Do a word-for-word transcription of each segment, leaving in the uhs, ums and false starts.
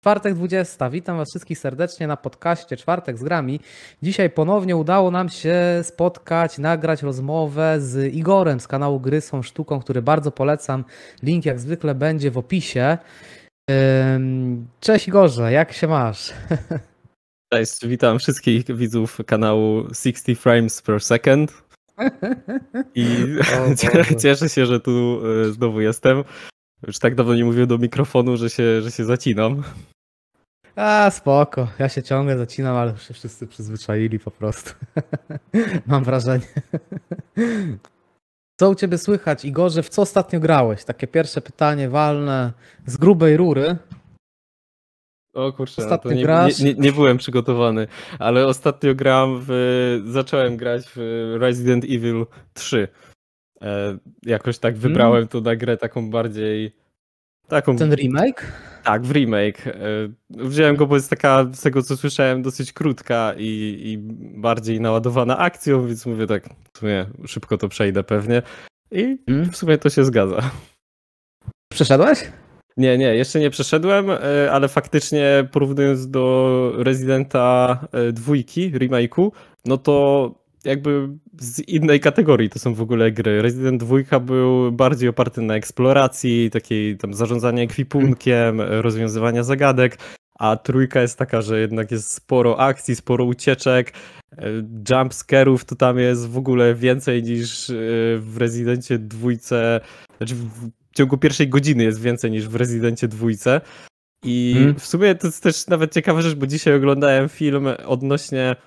Czwartek dwudziesty. Witam was wszystkich serdecznie na podcaście Czwartek z grami. Dzisiaj ponownie udało nam się spotkać, nagrać rozmowę z Igorem z kanału Gry są sztuką, który bardzo polecam. Link jak zwykle będzie w opisie. Cześć Igorze, jak się masz? Cześć, witam wszystkich widzów kanału sixty frames per second. I cieszę się, że tu znowu jestem. Już tak dawno nie mówię do mikrofonu, że się, że się zacinam. A spoko, ja się ciągle zacinam, ale już się wszyscy przyzwyczaili po prostu. Mam wrażenie. Co u ciebie słychać, Igorze? W co ostatnio grałeś? Takie pierwsze pytanie walne z grubej rury. O kurczę, no to nie, nie, nie, nie byłem przygotowany, ale ostatnio grałem w, zacząłem grać w Resident Evil trzy. E, jakoś tak wybrałem hmm. to na grę taką bardziej... Taką, Ten remake? Tak, w remake. E, wziąłem go, bo jest taka, z tego co słyszałem, dosyć krótka i, i bardziej naładowana akcją, więc mówię tak, w sumie szybko to przejdę pewnie i hmm. w sumie to się zgadza. Przeszedłeś? Nie, nie, jeszcze nie przeszedłem, ale faktycznie porównując do Residenta dwójki, remake'u, no to jakby z innej kategorii to są w ogóle gry. Resident dwójka był bardziej oparty na eksploracji, takiej tam zarządzania ekwipunkiem, rozwiązywania zagadek, a trójka jest taka, że jednak jest sporo akcji, sporo ucieczek, jumpscare'ów to tam jest w ogóle więcej niż w Residencie dwójce, znaczy w W ciągu pierwszej godziny jest więcej niż w Residencie dwójce. I hmm. w sumie to jest też nawet ciekawa rzecz, bo dzisiaj oglądałem film odnośnie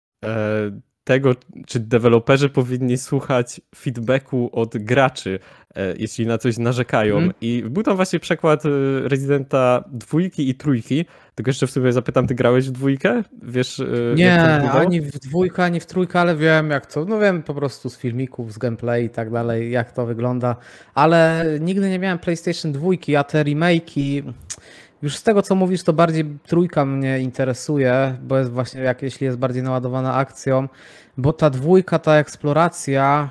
e, tego, czy deweloperzy powinni słuchać feedbacku od graczy, e, jeśli na coś narzekają. Hmm. I był tam właśnie przykład Residenta dwójki i trójki. Tylko jeszcze w sumie zapytam, ty grałeś w dwójkę? Wiesz, nie, jak to ani w dwójkę, ani w trójkę, ale wiem jak to, no wiem po prostu z filmików, z gameplay i tak dalej, jak to wygląda, ale nigdy nie miałem PlayStation dwójki, a te remake'i, już z tego co mówisz, to bardziej trójka mnie interesuje, bo jest właśnie, jak jeśli jest bardziej naładowana akcją, bo ta dwójka, ta eksploracja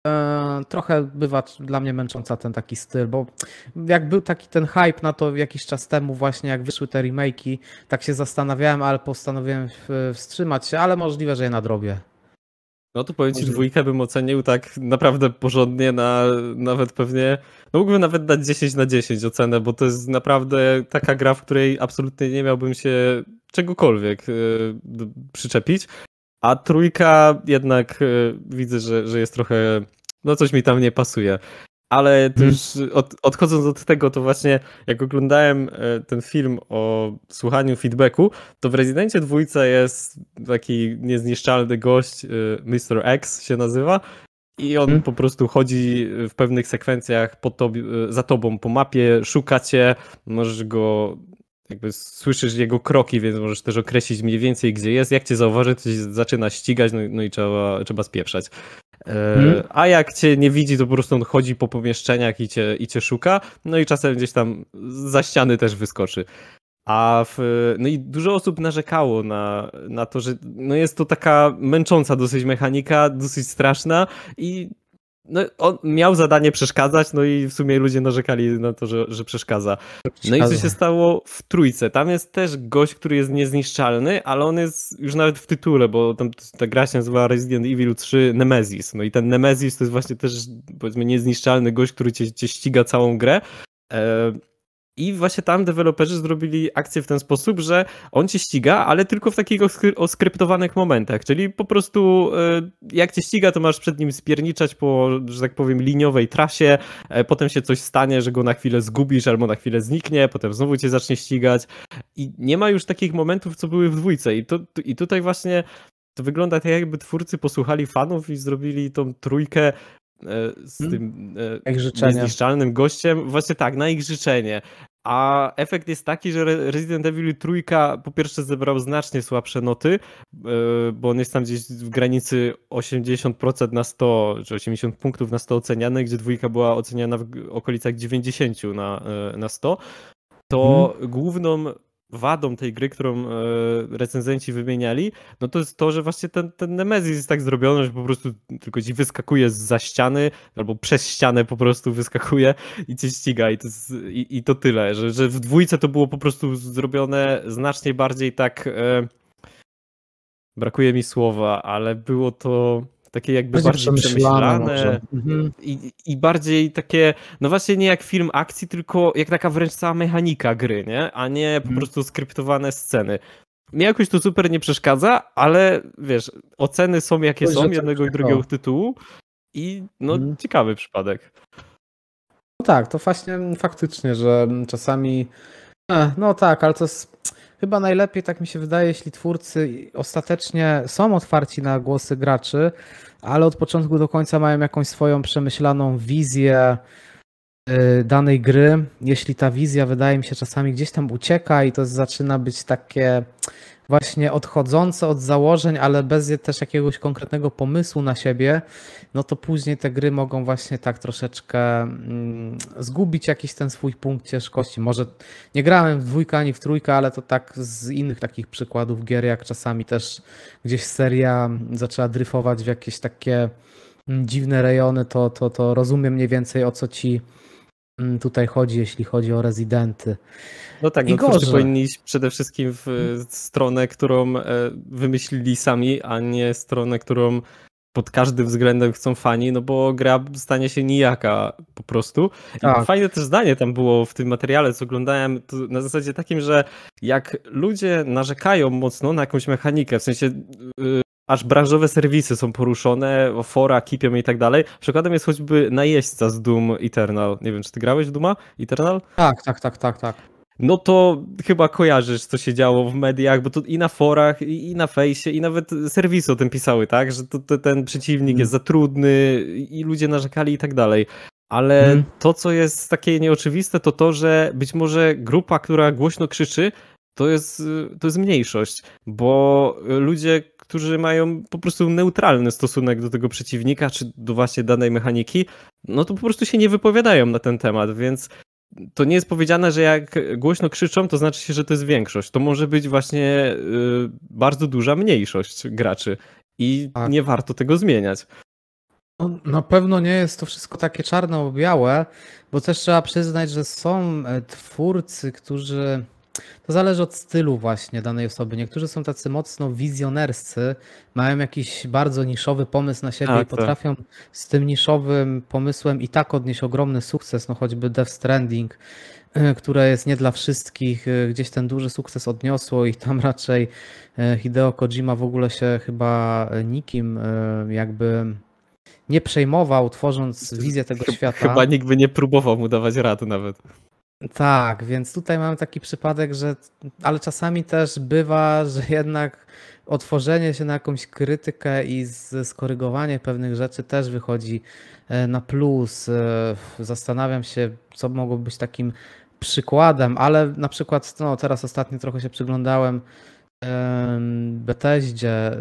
e, trochę bywa dla mnie męcząca ten taki styl, bo jak był taki ten hype na to jakiś czas temu właśnie, jak wyszły te remake'i, tak się zastanawiałem, ale postanowiłem wstrzymać się, ale możliwe, że je nadrobię. No to powiem ci, dwójkę bym ocenił tak naprawdę porządnie na nawet pewnie, no mógłbym nawet dać dziesięć na dziesięć ocenę, bo to jest naprawdę taka gra, w której absolutnie nie miałbym się czegokolwiek yy, przyczepić, a trójka jednak yy, widzę, że, że jest trochę, no coś mi tam nie pasuje. Ale to już od, odchodząc od tego, to właśnie jak oglądałem ten film o słuchaniu feedbacku, to w Residencie dwójce jest taki niezniszczalny gość, mister X się nazywa, i on hmm. po prostu chodzi w pewnych sekwencjach po tobie, za tobą po mapie, szuka cię, możesz go, jakby słyszysz jego kroki, więc możesz też określić mniej więcej gdzie jest, jak cię zauważy, to się zaczyna ścigać, no, no i trzeba, trzeba spieprzać. Hmm. A jak cię nie widzi, to po prostu on chodzi po pomieszczeniach i cię, i cię szuka, no i czasem gdzieś tam za ściany też wyskoczy. A w, no i dużo osób narzekało na, na to, że no jest to taka męcząca dosyć mechanika, dosyć straszna i no on miał zadanie przeszkadzać, no i w sumie ludzie narzekali na to, że, że przeszkadza. No i co się stało w trójce? Tam jest też gość, który jest niezniszczalny, ale on jest już nawet w tytule, bo tam ta gra się nazywa Resident Evil trzy Nemesis. No i ten Nemesis to jest właśnie też, powiedzmy, niezniszczalny gość, który cię, cię ściga całą grę. E I właśnie tam deweloperzy zrobili akcję w ten sposób, że on cię ściga, ale tylko w takich oskryptowanych momentach, czyli po prostu jak cię ściga, to masz przed nim spierniczać po, że tak powiem, liniowej trasie, potem się coś stanie, że go na chwilę zgubisz albo na chwilę zniknie, potem znowu cię zacznie ścigać i nie ma już takich momentów, co były w dwójce i, to, i tutaj właśnie to wygląda tak, jakby twórcy posłuchali fanów i zrobili tą trójkę z tym hmm. niezniszczalnym gościem, właśnie tak, na ich życzenie. A efekt jest taki, że Resident Evil trzy po pierwsze zebrał znacznie słabsze noty, bo on jest tam gdzieś w granicy osiemdziesiąt procent na sto, czy osiemdziesiąt punktów na sto oceniany, gdzie dwójka była oceniana w okolicach dziewięćdziesiąt na, na sto. To hmm. główną wadą tej gry, którą e, recenzenci wymieniali, no to jest to, że właśnie ten, ten Nemesis jest tak zrobiony, że po prostu tylko ci wyskakuje zza ściany, albo przez ścianę po prostu wyskakuje i cię ściga i to, jest, i, i to tyle, że, że w dwójce to było po prostu zrobione znacznie bardziej tak, e, brakuje mi słowa, ale było to takie jakby bardziej, bardziej przemyślane, przemyślane mhm. i, i bardziej takie, no właśnie nie jak film akcji, tylko jak taka wręcz cała mechanika gry, nie? A nie mhm. po prostu skryptowane sceny. Mnie jakoś to super nie przeszkadza, ale wiesz, oceny są jakie to są, jednego i drugiego tytułu i no mhm. ciekawy przypadek. No tak, to właśnie faktycznie, że czasami no tak, ale to jest chyba najlepiej, tak mi się wydaje, jeśli twórcy ostatecznie są otwarci na głosy graczy, ale od początku do końca mają jakąś swoją przemyślaną wizję danej gry. Jeśli ta wizja, wydaje mi się, czasami gdzieś tam ucieka i to zaczyna być takie właśnie odchodzące od założeń, ale bez też jakiegoś konkretnego pomysłu na siebie, no to później te gry mogą właśnie tak troszeczkę mm, zgubić jakiś ten swój punkt ciężkości. Może nie grałem w dwójkę ani w trójkę, ale to tak z innych takich przykładów gier, jak czasami też gdzieś seria zaczęła dryfować w jakieś takie dziwne rejony, to, to, to rozumiem mniej więcej, o co ci tutaj chodzi, jeśli chodzi o rezydenty. No tak, no twórcy powinni iść przede wszystkim w stronę, którą wymyślili sami, a nie stronę, którą pod każdym względem chcą fani, no bo gra stanie się nijaka po prostu. I tak. Fajne też zdanie tam było w tym materiale, co oglądałem, to na zasadzie takim, że jak ludzie narzekają mocno na jakąś mechanikę, w sensie yy, aż branżowe serwisy są poruszone, fora kipią i tak dalej. Przykładem jest choćby najeźdźca z Doom Eternal. Nie wiem, czy ty grałeś w Dooma Eternal? Tak, tak, tak, tak, tak. No to chyba kojarzysz, co się działo w mediach, bo to i na forach, i, i na fejsie, i nawet serwisy o tym pisały, tak? Że to, to, ten przeciwnik mm. jest za trudny i ludzie narzekali i tak dalej. Ale mm. to, co jest takie nieoczywiste, to to, że być może grupa, która głośno krzyczy, to jest, to jest mniejszość, bo ludzie, którzy mają po prostu neutralny stosunek do tego przeciwnika, czy do właśnie danej mechaniki, no to po prostu się nie wypowiadają na ten temat, więc to nie jest powiedziane, że jak głośno krzyczą, to znaczy się, że to jest większość. To może być właśnie y, bardzo duża mniejszość graczy i tak. Nie warto tego zmieniać. No, na pewno nie jest to wszystko takie czarno-białe, bo też trzeba przyznać, że są twórcy, którzy... To zależy od stylu właśnie danej osoby. Niektórzy są tacy mocno wizjonerscy, mają jakiś bardzo niszowy pomysł na siebie tak, i potrafią tak. z tym niszowym pomysłem i tak odnieść ogromny sukces, no choćby Death Stranding, które jest nie dla wszystkich, gdzieś ten duży sukces odniosło i tam raczej Hideo Kojima w ogóle się chyba nikim jakby nie przejmował, tworząc wizję tego Ch- świata. Chyba nikt by nie próbował mu dawać rady nawet. Tak, więc tutaj mamy taki przypadek, że ale czasami też bywa, że jednak otworzenie się na jakąś krytykę i skorygowanie pewnych rzeczy też wychodzi na plus. Zastanawiam się, co mogło być takim przykładem, ale na przykład no, teraz ostatnio trochę się przyglądałem Bethesdzie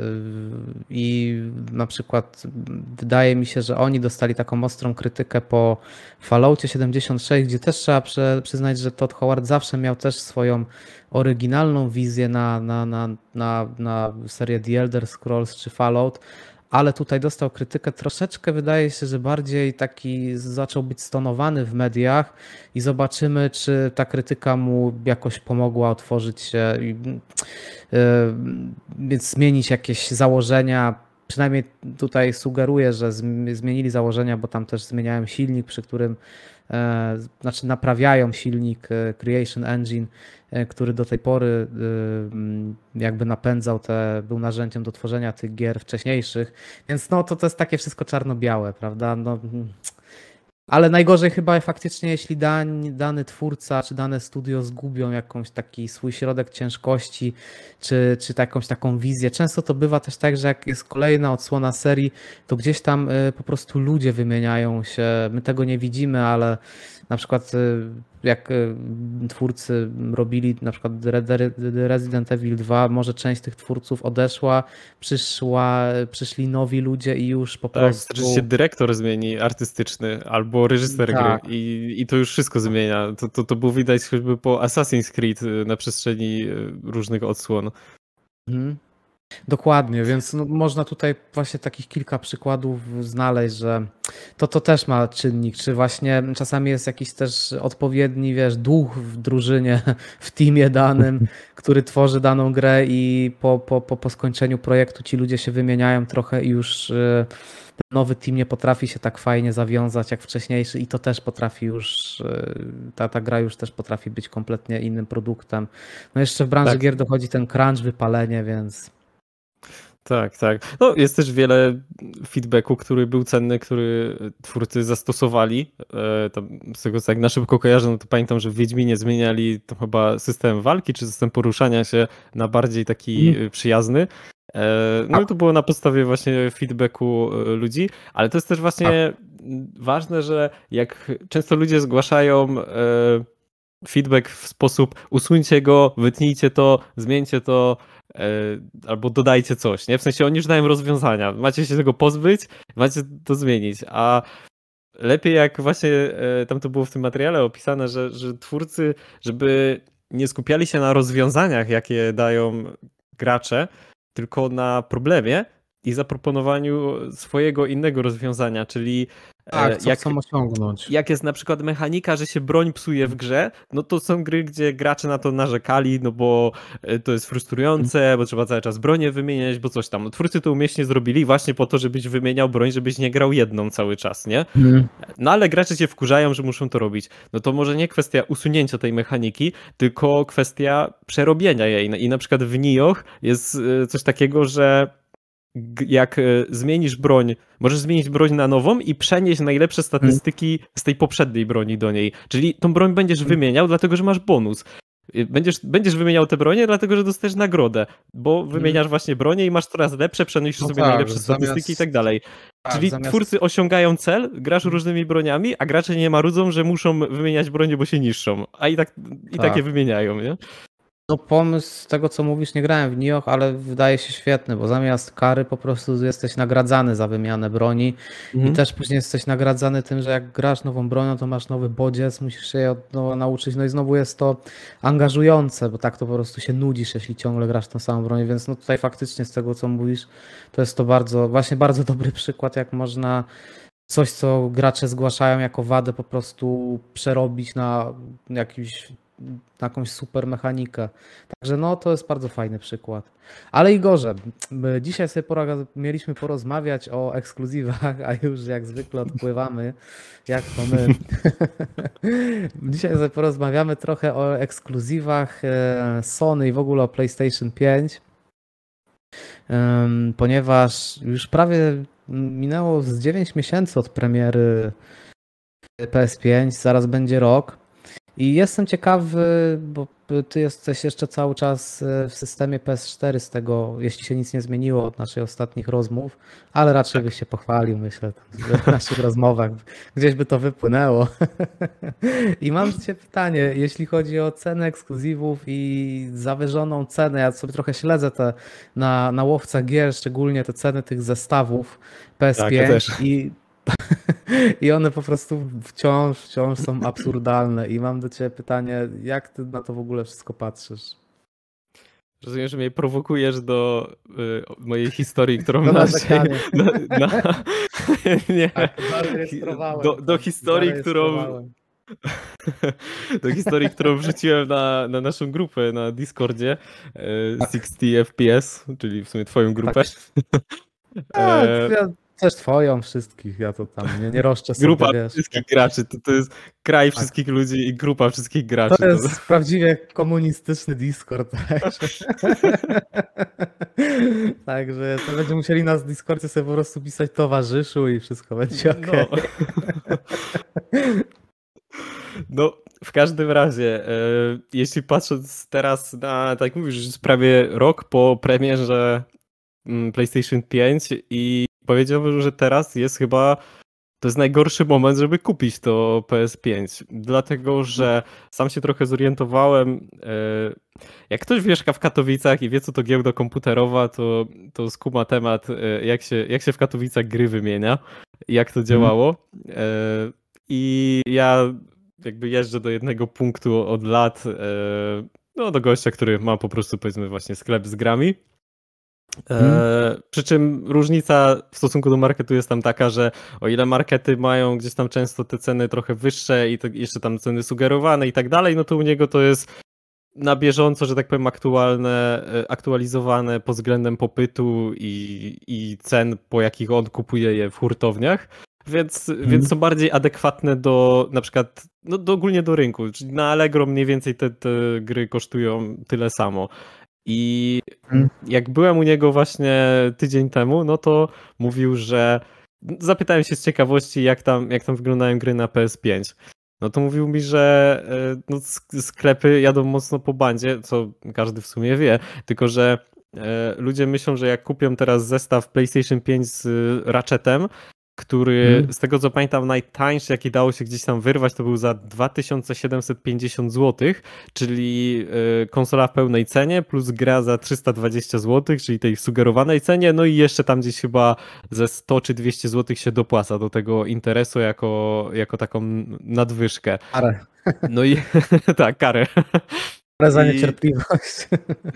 i na przykład wydaje mi się, że oni dostali taką ostrą krytykę po Falloutie siedemdziesiąt sześć, gdzie też trzeba przyznać, że Todd Howard zawsze miał też swoją oryginalną wizję na, na, na, na, na serię The Elder Scrolls czy Fallout, ale tutaj dostał krytykę troszeczkę, wydaje się, że bardziej taki zaczął być stonowany w mediach i zobaczymy, czy ta krytyka mu jakoś pomogła otworzyć się i yy, zmienić jakieś założenia. Przynajmniej tutaj sugeruję, że zmienili założenia, bo tam też zmieniałem silnik, przy którym e, znaczy naprawiają silnik Creation Engine, e, który do tej pory e, jakby napędzał te, był narzędziem do tworzenia tych gier wcześniejszych, więc no to, to jest takie wszystko czarno-białe, prawda? No, ale najgorzej chyba faktycznie, jeśli dany, dany twórca czy dane studio zgubią jakąś taki swój środek ciężkości, czy, czy jakąś taką wizję. Często to bywa też tak, że jak jest kolejna odsłona serii, to gdzieś tam po prostu ludzie wymieniają się. My tego nie widzimy, ale na przykład jak y, twórcy robili na przykład Red- Resident Evil dwa, może część tych twórców odeszła, przyszła, przyszli nowi ludzie i już po Tak, prostu... wystarczy się dyrektor zmieni artystyczny albo reżyser Tak. gry i, i to już wszystko zmienia. To, to, to było widać choćby po Assassin's Creed y, na przestrzeni y, różnych odsłon. Mhm. Dokładnie, więc no, można tutaj właśnie takich kilka przykładów znaleźć, że to, to też ma czynnik, czy właśnie czasami jest jakiś też odpowiedni, wiesz, duch w drużynie, w teamie danym, który tworzy daną grę i po, po, po, po skończeniu projektu ci ludzie się wymieniają trochę i już y, ten nowy team nie potrafi się tak fajnie zawiązać jak wcześniejszy i to też potrafi już, y, ta, ta gra już też potrafi być kompletnie innym produktem. No jeszcze w branży Tak. gier dochodzi ten crunch, wypalenie, więc... Tak, tak. No jest też wiele feedbacku, który był cenny, który twórcy zastosowali. E, tam, z tego co jak na szybko kojarzę, no to pamiętam, że w Wiedźminie zmieniali to chyba system walki, czy system poruszania się na bardziej taki Mm. przyjazny. E, no i to było na podstawie właśnie feedbacku e, ludzi, ale to jest też właśnie ważne, że jak często ludzie zgłaszają e, feedback w sposób usuńcie go, wytnijcie to, zmieńcie to, albo dodajcie coś, nie? W sensie oni już dają rozwiązania, macie się tego pozbyć, macie to zmienić, a lepiej jak właśnie tam to było w tym materiale opisane, że, że twórcy, żeby nie skupiali się na rozwiązaniach, jakie dają gracze, tylko na problemie i zaproponowaniu swojego innego rozwiązania, czyli Tak, co jak, chcą osiągnąć. jak jest na przykład mechanika, że się broń psuje w grze, no to są gry, gdzie gracze na to narzekali, no bo to jest frustrujące, bo trzeba cały czas bronię wymieniać, bo coś tam. No, twórcy to umieśnie zrobili właśnie po to, żebyś wymieniał broń, żebyś nie grał jedną cały czas, nie? No ale gracze się wkurzają, że muszą to robić. No to może nie kwestia usunięcia tej mechaniki, tylko kwestia przerobienia jej. I na przykład w Nioh jest coś takiego, że jak zmienisz broń, możesz zmienić broń na nową i przenieść najlepsze statystyki z tej poprzedniej broni do niej. Czyli tą broń będziesz wymieniał, dlatego że masz bonus. Będziesz, będziesz wymieniał te bronie, dlatego że dostajesz nagrodę, bo wymieniasz właśnie bronie i masz coraz lepsze, przenosisz No sobie tak, najlepsze zamiast- statystyki i tak dalej. Tak, Czyli zamiast- twórcy osiągają cel, grasz różnymi broniami, a gracze nie marudzą, że muszą wymieniać bronie, bo się niszczą. A i tak, i Tak. tak je wymieniają, nie? No pomysł z tego, co mówisz, nie grałem w Nioh, ale wydaje się świetny, bo zamiast kary po prostu jesteś nagradzany za wymianę broni Mhm. i też później jesteś nagradzany tym, że jak grasz nową bronią, to masz nowy bodziec, musisz się jej od nowa nauczyć, no i znowu jest to angażujące, bo tak to po prostu się nudzisz, jeśli ciągle grasz tą samą bronię, więc no tutaj faktycznie z tego, co mówisz, to jest to bardzo, właśnie bardzo dobry przykład, jak można coś, co gracze zgłaszają jako wadę, po prostu przerobić na jakiś na jakąś super mechanikę. Także no to jest bardzo fajny przykład. Ale Igorze, my dzisiaj sobie pora, mieliśmy porozmawiać o ekskluzywach, a już jak zwykle odpływamy, jak to my. Dzisiaj sobie porozmawiamy trochę o ekskluzywach e, Sony i w ogóle o PlayStation pięć, Em, ponieważ już prawie minęło z dziewięć miesięcy od premiery P S pięć, zaraz będzie rok. I jestem ciekawy, bo ty jesteś jeszcze cały czas w systemie P S cztery z tego, jeśli się nic nie zmieniło od naszych ostatnich rozmów, ale raczej byś się pochwalił, myślę, w naszych rozmowach. Gdzieś by to wypłynęło. I mam do ciebie pytanie, jeśli chodzi o cenę ekskluzywów i zawyżoną cenę, ja sobie trochę śledzę te na, na łowcach gier, szczególnie te ceny tych zestawów P S pięć Tak, ja też. i I one po prostu wciąż, wciąż są absurdalne. I mam do ciebie pytanie, jak ty na to w ogóle wszystko patrzysz? Rozumiem, że mnie prowokujesz do y, mojej historii, którą Do na, narzekania. na, na, nie, Tak, zarejestrowałem do, do to, historii, którą zarejestrowałem. do historii, którą wrzuciłem na, na naszą grupę na Discordzie y, sześćdziesiąt F P S, czyli w sumie twoją grupę. Tak, E, ja też twoją wszystkich, ja to tam nie, nie roszczę sobie, Grupa wiesz. wszystkich graczy, to, to jest kraj wszystkich ludzi i grupa wszystkich graczy. To jest prawdziwie komunistyczny Discord. Także, także to będziemy musieli nas w Discordzie sobie po prostu pisać towarzyszu i wszystko będzie ok. No. No, w każdym razie, e, jeśli patrząc teraz na, tak jak mówisz, że jest prawie rok po premierze mm, PlayStation pięć i powiedziałbym, że teraz jest chyba to jest najgorszy moment, żeby kupić to P S pięć, dlatego że sam się trochę zorientowałem, jak ktoś mieszka w Katowicach i wie, co to giełda komputerowa, to, to skuma temat, jak się, jak się w Katowicach gry wymienia, jak to działało. I ja jakby jeżdżę do jednego punktu od lat, no do gościa, który ma po prostu, powiedzmy, właśnie sklep z grami. Hmm. E, przy czym różnica w stosunku do marketu jest tam taka, że o ile markety mają gdzieś tam często te ceny trochę wyższe i to jeszcze tam ceny sugerowane i tak dalej, no to u niego to jest na bieżąco, że tak powiem, aktualne, aktualizowane pod względem popytu i, i cen, po jakich on kupuje je w hurtowniach, więc, hmm. więc są bardziej adekwatne do na przykład, no do, ogólnie do rynku, czyli na Allegro mniej więcej te, te gry kosztują tyle samo. I jak byłem u niego właśnie tydzień temu, no to mówił, że zapytałem się z ciekawości, jak tam, jak tam wyglądają gry na P S pięć. No to mówił mi, że no, sklepy jadą mocno po bandzie, co każdy w sumie wie, tylko że ludzie myślą, że jak kupią teraz zestaw PlayStation pięć z Ratchetem, który hmm. z tego co pamiętam najtańszy, jaki dało się gdzieś tam wyrwać, to był za dwa tysiące siedemset pięćdziesiąt złotych, czyli konsola w pełnej cenie plus gra za trzysta dwadzieścia złotych, czyli tej sugerowanej cenie, no i jeszcze tam gdzieś chyba ze sto czy dwieście złotych się dopłaca do tego interesu jako, jako taką nadwyżkę. Karę. No i tak, karę. Karę za niecierpliwość.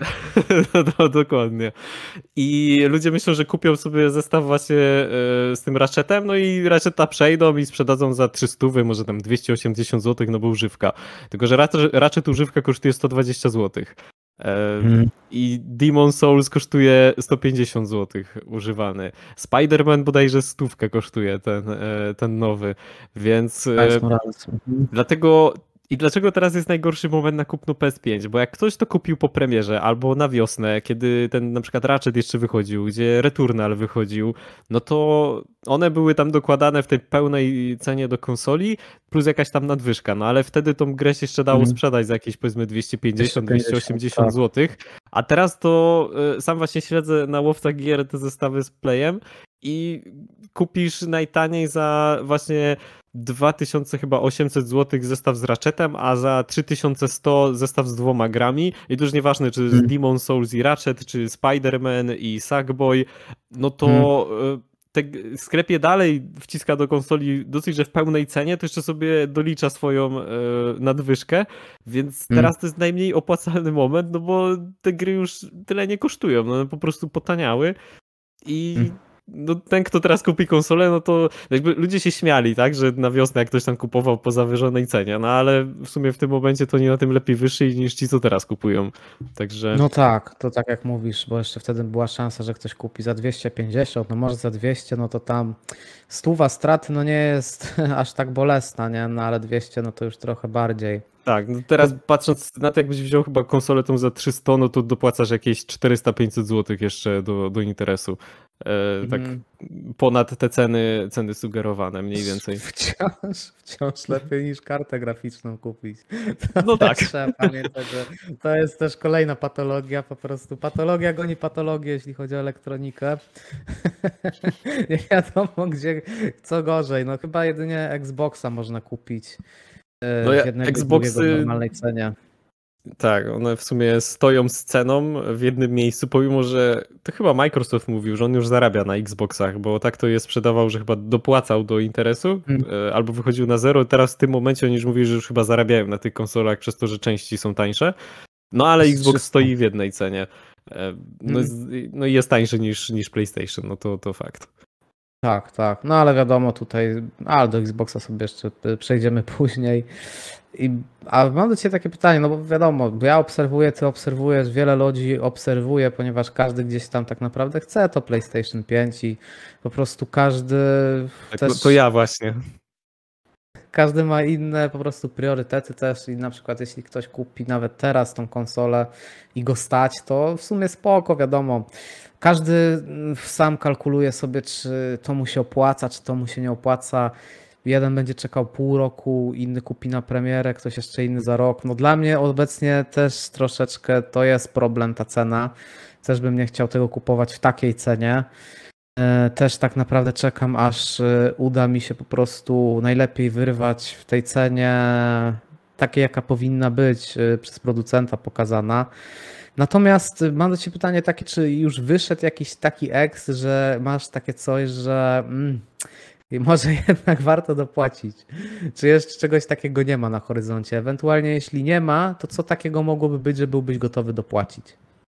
No, no, dokładnie. I ludzie myślą, że kupią sobie zestaw właśnie z tym Ratchetem, no i Ratcheta przejdą i sprzedadzą za trzysta, może tam dwieście osiemdziesiąt złotych, no bo używka. Tylko że Ratchet używka kosztuje sto dwadzieścia złotych. Hmm. I Demon Souls kosztuje sto pięćdziesiąt złotych używany. Spider-Man bodajże stówkę kosztuje ten, ten nowy, więc dlatego... I dlaczego teraz jest najgorszy moment na kupno P S pięć? Bo jak ktoś to kupił po premierze albo na wiosnę, kiedy ten na przykład Ratchet jeszcze wychodził, gdzie Returnal wychodził, no to one były tam dokładane w tej pełnej cenie do konsoli, plus jakaś tam nadwyżka, no ale wtedy tą grę się jeszcze dało mm. sprzedać za jakieś powiedzmy dwieście pięćdziesiąt do dwieście osiemdziesiąt tak. złotych, a teraz to y, sam właśnie śledzę na łowcach gier te zestawy z Playem i kupisz najtaniej za właśnie dwa tysiące chyba osiemset złotych zestaw z Ratchetem, a za trzy tysiące sto zestaw z dwoma grami i to już nieważne, czy hmm. Demon Souls i Ratchet, czy Spider-Man i Sackboy, no to hmm. te sklepie dalej wciska do konsoli dosyć, że w pełnej cenie, to jeszcze sobie dolicza swoją e, nadwyżkę, więc hmm. teraz to jest najmniej opłacalny moment, no bo te gry już tyle nie kosztują, no one po prostu potaniały i hmm. no ten, kto teraz kupi konsolę, no to jakby ludzie się śmiali, tak, że na wiosnę jak ktoś tam kupował po zawyżonej cenie, no ale w sumie w tym momencie to nie na tym lepiej wyszli niż ci, co teraz kupują, także... No tak, to tak jak mówisz, bo jeszcze wtedy była szansa, że ktoś kupi za dwieście pięćdziesiąt, no może za dwieście, no to tam stuwa straty, no nie jest aż tak bolesna, nie, no ale dwieście, no to już trochę bardziej. Tak, no teraz patrząc na to, jakbyś wziął chyba konsolę tą za trzysta, no to dopłacasz jakieś czterysta pięćset złotych jeszcze do, do interesu. E, tak mm. ponad te ceny, ceny sugerowane mniej więcej. Wciąż, wciąż lepiej niż kartę graficzną kupić. To no tak. Trzeba pamiętać, że to jest też kolejna patologia, po prostu patologia goni patologię, jeśli chodzi o elektronikę. Nie wiadomo gdzie, co gorzej, no chyba jedynie Xboxa można kupić. No ja, Xboxy w normalnej cenie. Tak, one w sumie stoją z ceną w jednym miejscu, pomimo że to chyba Microsoft mówił, że on już zarabia na Xboxach, bo tak to je sprzedawał, że chyba dopłacał do interesu hmm. albo wychodził na zero. Teraz w tym momencie oni już mówili, że już chyba zarabiają na tych konsolach przez to, że części są tańsze. No ale Xbox stoi w jednej cenie. No, hmm. no i jest tańszy niż, niż PlayStation, no to, to fakt. Tak, tak. No ale wiadomo tutaj, ale do Xboxa sobie jeszcze przejdziemy później. I, a mam do Ciebie takie pytanie, no bo wiadomo, bo ja obserwuję, Ty obserwujesz, wiele ludzi obserwuje, ponieważ każdy gdzieś tam tak naprawdę chce to PlayStation pięć i po prostu każdy tak, też... No to ja właśnie. Każdy ma inne po prostu priorytety też i na przykład jeśli ktoś kupi nawet teraz tą konsolę i go stać, to w sumie spoko, wiadomo. Każdy sam kalkuluje sobie, czy to mu się opłaca, czy to mu się nie opłaca. Jeden będzie czekał pół roku, inny kupi na premierę, ktoś jeszcze inny za rok. No dla mnie obecnie też troszeczkę to jest problem, ta cena. Też bym nie chciał tego kupować w takiej cenie. E, Też tak naprawdę czekam, aż e, uda mi się po prostu najlepiej wyrwać w tej cenie takiej, jaka powinna być e, przez producenta pokazana. Natomiast mam do Ciebie pytanie takie, czy już wyszedł jakiś taki eks, że masz takie coś, że mm, może jednak warto dopłacić? Czy jeszcze czegoś takiego nie ma na horyzoncie? Ewentualnie jeśli nie ma, to co takiego mogłoby być, że byłbyś gotowy dopłacić?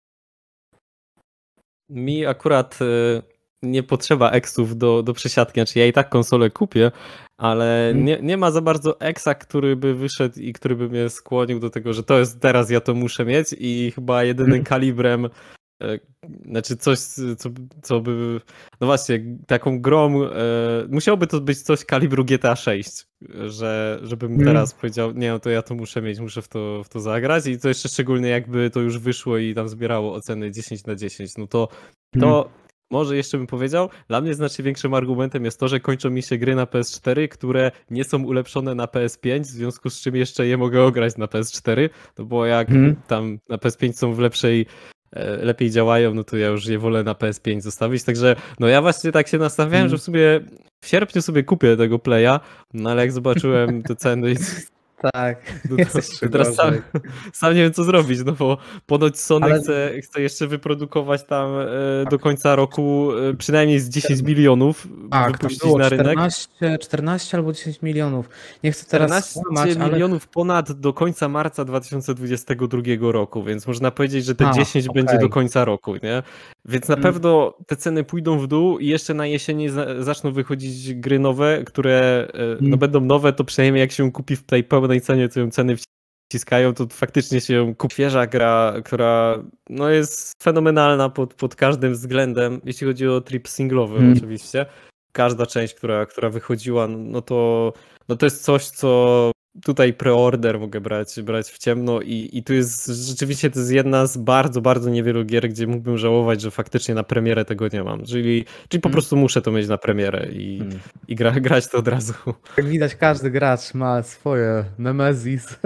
Mi akurat y, nie potrzeba eksów do, do przesiadki, znaczy ja i tak konsolę kupię, ale Mhm. nie, nie ma za bardzo eksa, który by wyszedł i który by mnie skłonił do tego, że to jest teraz, ja to muszę mieć i chyba jedynym kalibrem, e, znaczy coś, co, co by, no właśnie, taką grą, e, musiałoby to być coś kalibru G T A sześć, że żebym Mhm. teraz powiedział, nie, no to ja to muszę mieć, muszę w to, w to zagrać i to jeszcze szczególnie jakby to już wyszło i tam zbierało oceny dziesięć na dziesięć, no to to może jeszcze bym powiedział, dla mnie znacznie większym argumentem jest to, że kończą mi się gry na P S cztery, które nie są ulepszone na P S pięć, w związku z czym jeszcze je mogę ograć na P S cztery, no bo jak Mhm. tam na P S pięć są w lepszej, e, lepiej działają, no to ja już je wolę na P S pięć zostawić, także no ja właśnie tak się nastawiałem, że w sumie w sierpniu sobie kupię tego Playa, no ale jak zobaczyłem te ceny i Tak, no jest to, jeszcze to teraz sam, gorzej. sam nie wiem co zrobić, no bo ponoć Sony Ale chce, chce jeszcze wyprodukować tam e, do końca roku e, przynajmniej z dziesięć milionów tak, tam wypuścić było na rynek. czternaście, czternaście albo dziesięć milionów. Nie chcę teraz skłamać, czternaście ale... milionów ponad do końca marca dwa tysiące dwudziestego drugiego roku, więc można powiedzieć, że te A, dziesięć będzie do okej. końca roku, nie? Więc na Mm, pewno te ceny pójdą w dół i jeszcze na jesieni za- zaczną wychodzić gry nowe, które e, no mm. będą nowe, to przynajmniej jak się kupi w tej pełnej cenie, to ją ceny wciskają, to faktycznie się kupi. Świeża gra, która no jest fenomenalna pod, pod każdym względem, jeśli chodzi o tryb singlowy Mm. oczywiście. Każda część, która, która wychodziła, no to, no to jest coś, co tutaj preorder mogę brać, brać w ciemno i, i tu jest rzeczywiście to jest jedna z bardzo, bardzo niewielu gier, gdzie mógłbym żałować, że faktycznie na premierę tego nie mam. Czyli, czyli po Mm. prostu muszę to mieć na premierę i, Mm. i gra, grać to od razu. Jak widać, każdy gracz ma swoje Nemesis.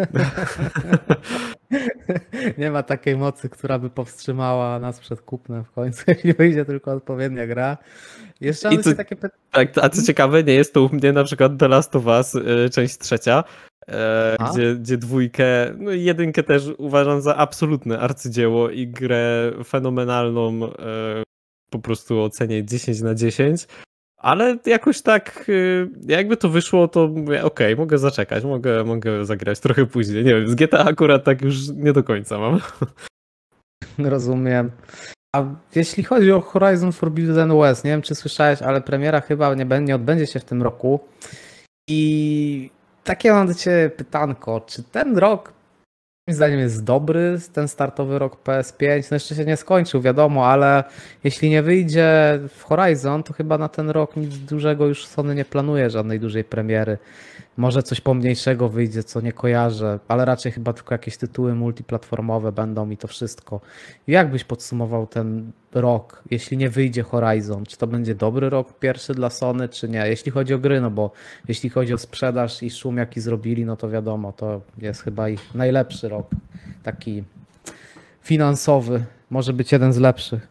Nie ma takiej mocy, która by powstrzymała nas przed kupnem w końcu, jeśli wyjdzie tylko odpowiednia gra. Jeszcze I mam co- się takie pytanie. Tak, a co ciekawe, nie jest to u mnie na przykład The Last of Us, y, część trzecia, e, A? gdzie, gdzie dwójkę, no i jedynkę też uważam za absolutne arcydzieło i grę fenomenalną, e, po prostu ocenię dziesięć na dziesięć, ale jakoś tak, y, jakby to wyszło, to mówię, okej, mogę zaczekać, mogę, mogę zagrać trochę później, nie wiem, z G T A akurat tak już nie do końca mam. Rozumiem. A jeśli chodzi o Horizon Forbidden West, nie wiem czy słyszałeś, ale premiera chyba nie, będzie, nie odbędzie się w tym roku. I takie mam do Ciebie pytanko, czy ten rok moim zdaniem jest dobry, ten startowy rok P S pięć, no jeszcze się nie skończył, wiadomo, ale jeśli nie wyjdzie w Horizon, to chyba na ten rok nic dużego już Sony nie planuje, żadnej dużej premiery. Może coś pomniejszego wyjdzie, co nie kojarzę, ale raczej chyba tylko jakieś tytuły multiplatformowe będą i to wszystko. Jak byś podsumował ten rok, jeśli nie wyjdzie Horizon? Czy to będzie dobry rok pierwszy dla Sony, czy nie? Jeśli chodzi o gry, no bo jeśli chodzi o sprzedaż i szum, jaki zrobili, no to wiadomo, to jest chyba ich najlepszy rok. Taki finansowy. Może być jeden z lepszych.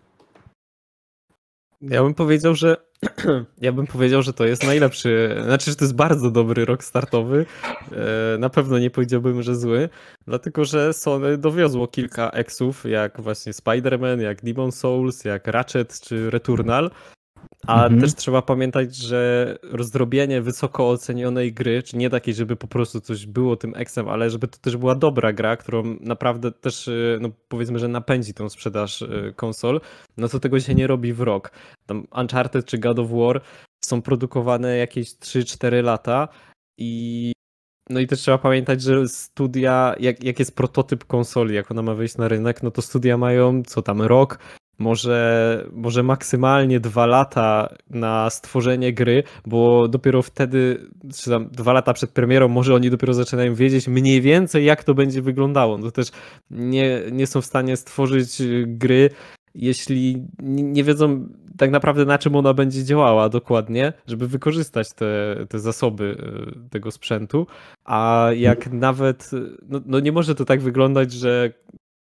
Ja bym powiedział, że ja bym powiedział, że to jest najlepszy, znaczy, że to jest bardzo dobry rok startowy. E, Na pewno nie powiedziałbym, że zły, dlatego że Sony dowiozło kilka eksów, jak właśnie Spider-Man, jak Demon's Souls, jak Ratchet czy Returnal. A Mhm. też trzeba pamiętać, że rozdrobienie wysoko ocenionej gry, czy nie takiej, żeby po prostu coś było tym eksem, ale żeby to też była dobra gra, którą naprawdę też, y, no powiedzmy, że napędzi tą sprzedaż y, konsol, no to tego się nie robi w rok. Tam Uncharted czy God of War są produkowane jakieś trzy cztery lata i no i też trzeba pamiętać, że studia, jak, jak jest prototyp konsoli, jak ona ma wyjść na rynek, no to studia mają co tam rok, może, może maksymalnie dwa lata na stworzenie gry, bo dopiero wtedy, czy tam dwa lata przed premierą, może oni dopiero zaczynają wiedzieć mniej więcej, jak to będzie wyglądało. No to też nie, nie są w stanie stworzyć gry, jeśli nie wiedzą tak naprawdę, na czym ona będzie działała dokładnie, żeby wykorzystać te, te zasoby tego sprzętu. A jak nawet, no, no nie może to tak wyglądać, że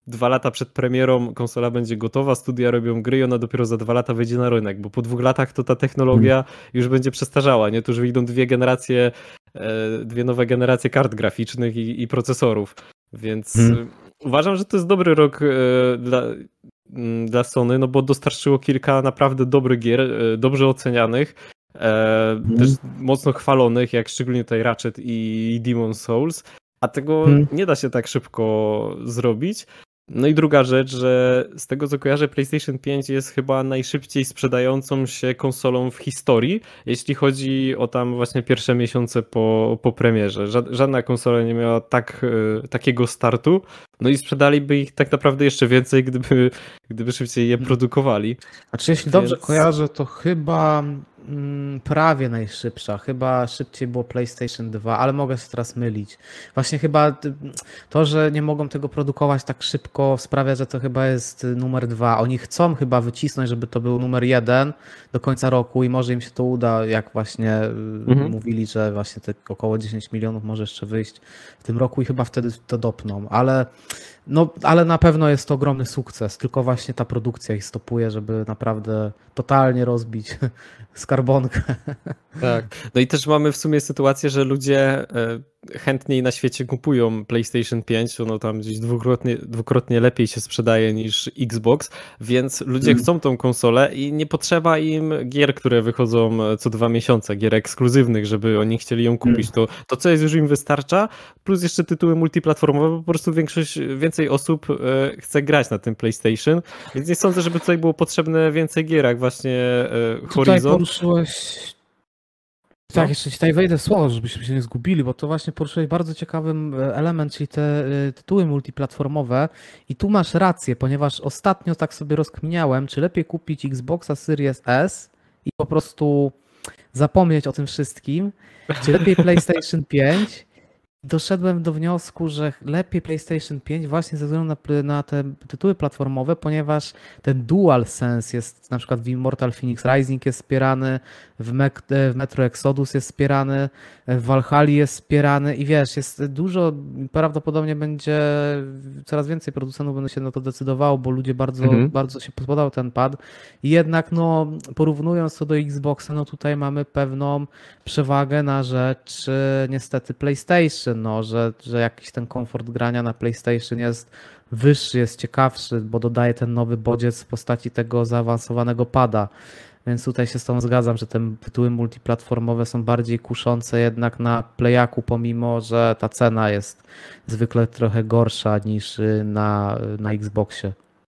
dwa lata przed premierą konsola będzie gotowa, studia robią gry i ona dopiero za dwa lata wejdzie na rynek, bo po dwóch latach to ta technologia już będzie przestarzała, nie? To już wyjdą dwie generacje, dwie nowe generacje kart graficznych i, i procesorów, więc hmm. uważam, że to jest dobry rok dla, dla Sony, no bo dostarczyło kilka naprawdę dobrych gier, dobrze ocenianych, hmm. też mocno chwalonych, jak szczególnie tutaj Ratchet i Demon's Souls, a tego hmm. nie da się tak szybko zrobić. No i druga rzecz, że z tego co kojarzę, PlayStation pięć jest chyba najszybciej sprzedającą się konsolą w historii, jeśli chodzi o tam właśnie pierwsze miesiące po, po premierze. Żadna konsola nie miała tak, takiego startu, no i sprzedaliby ich tak naprawdę jeszcze więcej, gdyby, gdyby szybciej je produkowali. A czy jeśli Więc... dobrze kojarzę, to chyba mm, prawie najszybsza, chyba szybciej było PlayStation dwa, ale mogę się teraz mylić. Właśnie chyba to, że nie mogą tego produkować tak szybko sprawia, że to chyba jest numer dwa. Oni chcą chyba wycisnąć, żeby to był numer jeden do końca roku i może im się to uda, jak właśnie mhm. mówili, że właśnie te około dziesięć milionów może jeszcze wyjść w tym roku i chyba wtedy to dopną, ale no, ale na pewno jest to ogromny sukces, tylko właśnie ta produkcja ich stopuje, żeby naprawdę totalnie rozbić skarbonkę. Tak, no i też mamy w sumie sytuację, że ludzie chętniej na świecie kupują PlayStation pięć, ono tam gdzieś dwukrotnie, dwukrotnie lepiej się sprzedaje niż Xbox, więc ludzie hmm. chcą tą konsolę i nie potrzeba im gier, które wychodzą co dwa miesiące, gier ekskluzywnych, żeby oni chcieli ją kupić. Hmm. To, to co jest już im wystarcza, plus jeszcze tytuły multiplatformowe, bo po prostu większość, więcej osób chce grać na tym PlayStation, więc nie sądzę, żeby tutaj było potrzebne więcej gier, jak właśnie Horizon. Tutaj poruszyłeś... Tak, jeszcze ci tutaj wejdę w słowo, żebyśmy się nie zgubili, bo to właśnie poruszyłeś bardzo ciekawy element, czyli te tytuły multiplatformowe i tu masz rację, ponieważ ostatnio tak sobie rozkminiałem, czy lepiej kupić Xboxa Series S i po prostu zapomnieć o tym wszystkim, czy lepiej PlayStation pięć. Doszedłem do wniosku, że lepiej PlayStation pięć właśnie ze względu na, na te tytuły platformowe, ponieważ ten DualSense jest na przykład w Immortal Phoenix Rising jest wspierany, w, Me w Metro Exodus jest wspierany, w Valhalla jest wspierany i wiesz, jest dużo, prawdopodobnie będzie coraz więcej producentów będą się na to decydowało, bo ludzie bardzo, mhm. bardzo się podobał ten pad i jednak no porównując to do Xboxa, no tutaj mamy pewną przewagę na rzecz niestety PlayStation. No, że, że jakiś ten komfort grania na PlayStation jest wyższy, jest ciekawszy, bo dodaje ten nowy bodziec w postaci tego zaawansowanego pada. Więc tutaj się z tą zgadzam, że te tytuły multiplatformowe są bardziej kuszące jednak na Playaku, pomimo że ta cena jest zwykle trochę gorsza niż na, na Xboxie.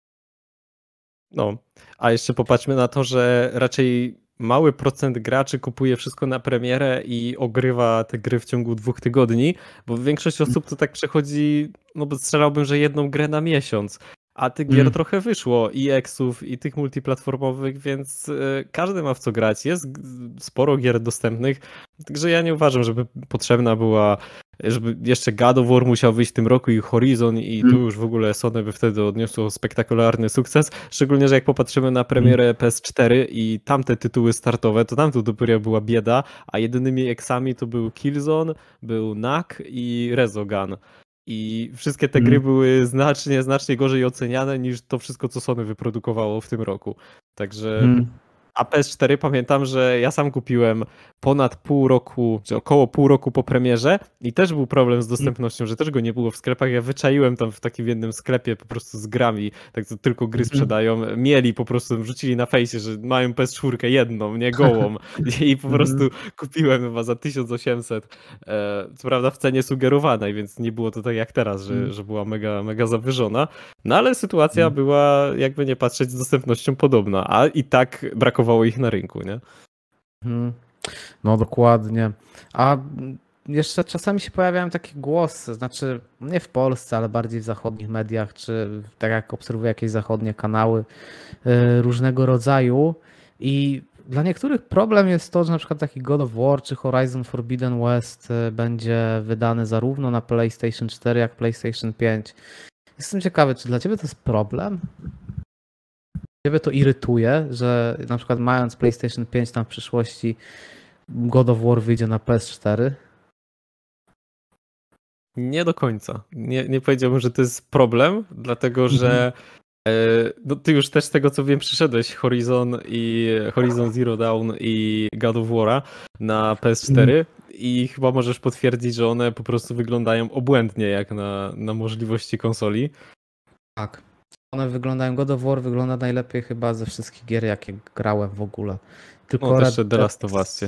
No, a jeszcze popatrzmy na to, że raczej mały procent graczy kupuje wszystko na premierę i ogrywa te gry w ciągu dwóch tygodni, bo większość osób to tak przechodzi, no bo strzelałbym, że jedną grę na miesiąc, a tych gier mm. trochę wyszło i eksów, i tych multiplatformowych, więc każdy ma w co grać. Jest sporo gier dostępnych, także ja nie uważam, żeby potrzebna była, żeby jeszcze God of War musiał wyjść w tym roku i Horizon i mm. tu już w ogóle Sony by wtedy odniosło spektakularny sukces, szczególnie, że jak popatrzymy na premierę mm. P S cztery i tamte tytuły startowe, to tam to dopiero była bieda, a jedynymi eksami to był Killzone, był Knack i Resogun. I wszystkie te gry były znacznie, znacznie gorzej oceniane niż to wszystko, co Sony wyprodukowało w tym roku. Także... Hmm. A P S cztery pamiętam, że ja sam kupiłem ponad pół roku, czy około pół roku po premierze i też był problem z dostępnością, że też go nie było w sklepach. Ja wyczaiłem tam w takim jednym sklepie po prostu z grami, tak to tylko gry sprzedają. Mieli po prostu, wrzucili na fejsie, że mają P S cztery jedną, nie gołą. I po prostu kupiłem chyba za tysiąc osiemset. Co prawda w cenie sugerowanej, więc nie było to tak jak teraz, że, że była mega, mega zawyżona. No ale sytuacja była, jakby nie patrzeć, z dostępnością podobna, a i tak brakowało ich na rynku, nie? No dokładnie. A jeszcze czasami się pojawiają takie głosy, znaczy nie w Polsce, ale bardziej w zachodnich mediach, czy tak jak obserwuję jakieś zachodnie kanały różnego rodzaju i dla niektórych problem jest to, że na przykład taki God of War czy Horizon Forbidden West będzie wydany zarówno na PlayStation cztery jak PlayStation pięć. Jestem ciekawy, czy dla ciebie to jest problem? Ciebie to irytuje, że na przykład mając PlayStation pięć tam w przyszłości God of War wyjdzie na P S cztery? Nie do końca. Nie, nie powiedziałbym, że to jest problem, dlatego że e, no, ty już też z tego co wiem przyszedłeś Horizon i Horizon Zero Dawn i God of War'a na P S cztery i chyba możesz potwierdzić, że one po prostu wyglądają obłędnie jak na, na możliwości konsoli. Tak. One wyglądają, God of War wygląda najlepiej chyba ze wszystkich gier, jakie grałem w ogóle. Tylko No Red też The Dead- Last of Us.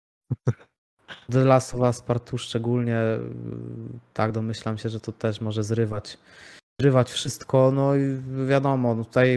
The Last of Us Part two szczególnie, tak domyślam się, że to też może zrywać, zrywać wszystko, no i wiadomo, no tutaj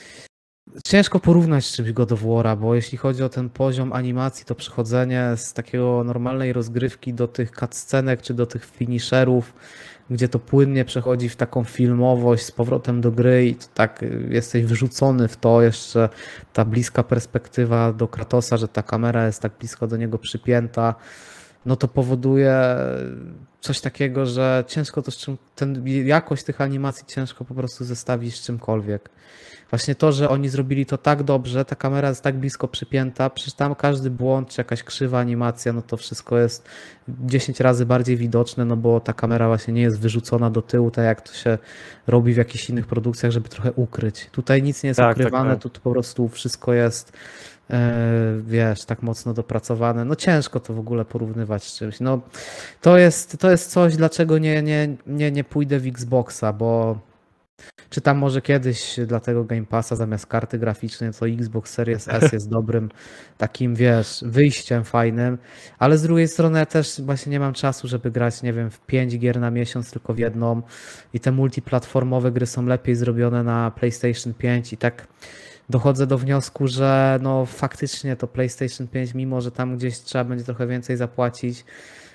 ciężko porównać z czymś God of War'a, bo jeśli chodzi o ten poziom animacji, to przechodzenie z takiego normalnej rozgrywki do tych cutscenek, czy do tych finisherów, gdzie to płynnie przechodzi w taką filmowość z powrotem do gry i to tak jesteś wrzucony w to, jeszcze ta bliska perspektywa do Kratosa, że ta kamera jest tak blisko do niego przypięta, no to powoduje coś takiego, że ciężko to z czym, ten, jakość tych animacji ciężko po prostu zestawić z czymkolwiek. Właśnie to, że oni zrobili to tak dobrze, ta kamera jest tak blisko przypięta, przecież tam każdy błąd czy jakaś krzywa animacja, no to wszystko jest dziesięć razy bardziej widoczne, no bo ta kamera właśnie nie jest wyrzucona do tyłu, tak jak to się robi w jakichś innych produkcjach, żeby trochę ukryć. Tutaj nic nie jest Tak, ukrywane, tak, tak. tu po prostu wszystko jest, e, wiesz, tak mocno dopracowane. No ciężko to w ogóle porównywać z czymś. No to jest, to jest coś, dlaczego nie, nie, nie, nie pójdę w Xboxa, bo czy tam może kiedyś dla tego Game Passa zamiast karty graficznej, to Xbox Series S jest dobrym takim, wiesz, wyjściem fajnym, ale z drugiej strony ja też właśnie nie mam czasu, żeby grać, nie wiem, w pięć gier na miesiąc, tylko w jedną i te multiplatformowe gry są lepiej zrobione na PlayStation pięć i tak dochodzę do wniosku, że no faktycznie to PlayStation pięć, mimo że tam gdzieś trzeba będzie trochę więcej zapłacić,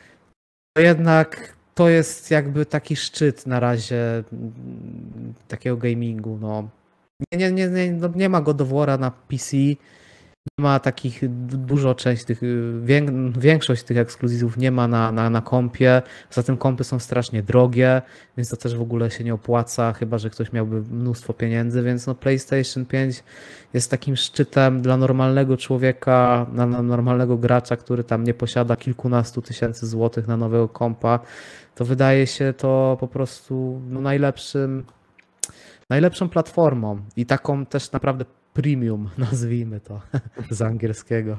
to jednak to jest jakby taki szczyt na razie mm, takiego gamingu. No. Nie, nie, nie, nie, no nie ma God of War'a na P C, nie ma takich du- dużo część tych, y, wię, większość tych ekskluzywów nie ma na, na, na kompie. Poza tym kompy są strasznie drogie, więc to też w ogóle się nie opłaca, chyba że ktoś miałby mnóstwo pieniędzy, więc no PlayStation pięć jest takim szczytem dla normalnego człowieka, na, na normalnego gracza, który tam nie posiada kilkunastu tysięcy złotych na nowego kompa. To wydaje się to po prostu no, najlepszym, najlepszą platformą i taką też naprawdę premium, nazwijmy to z angielskiego.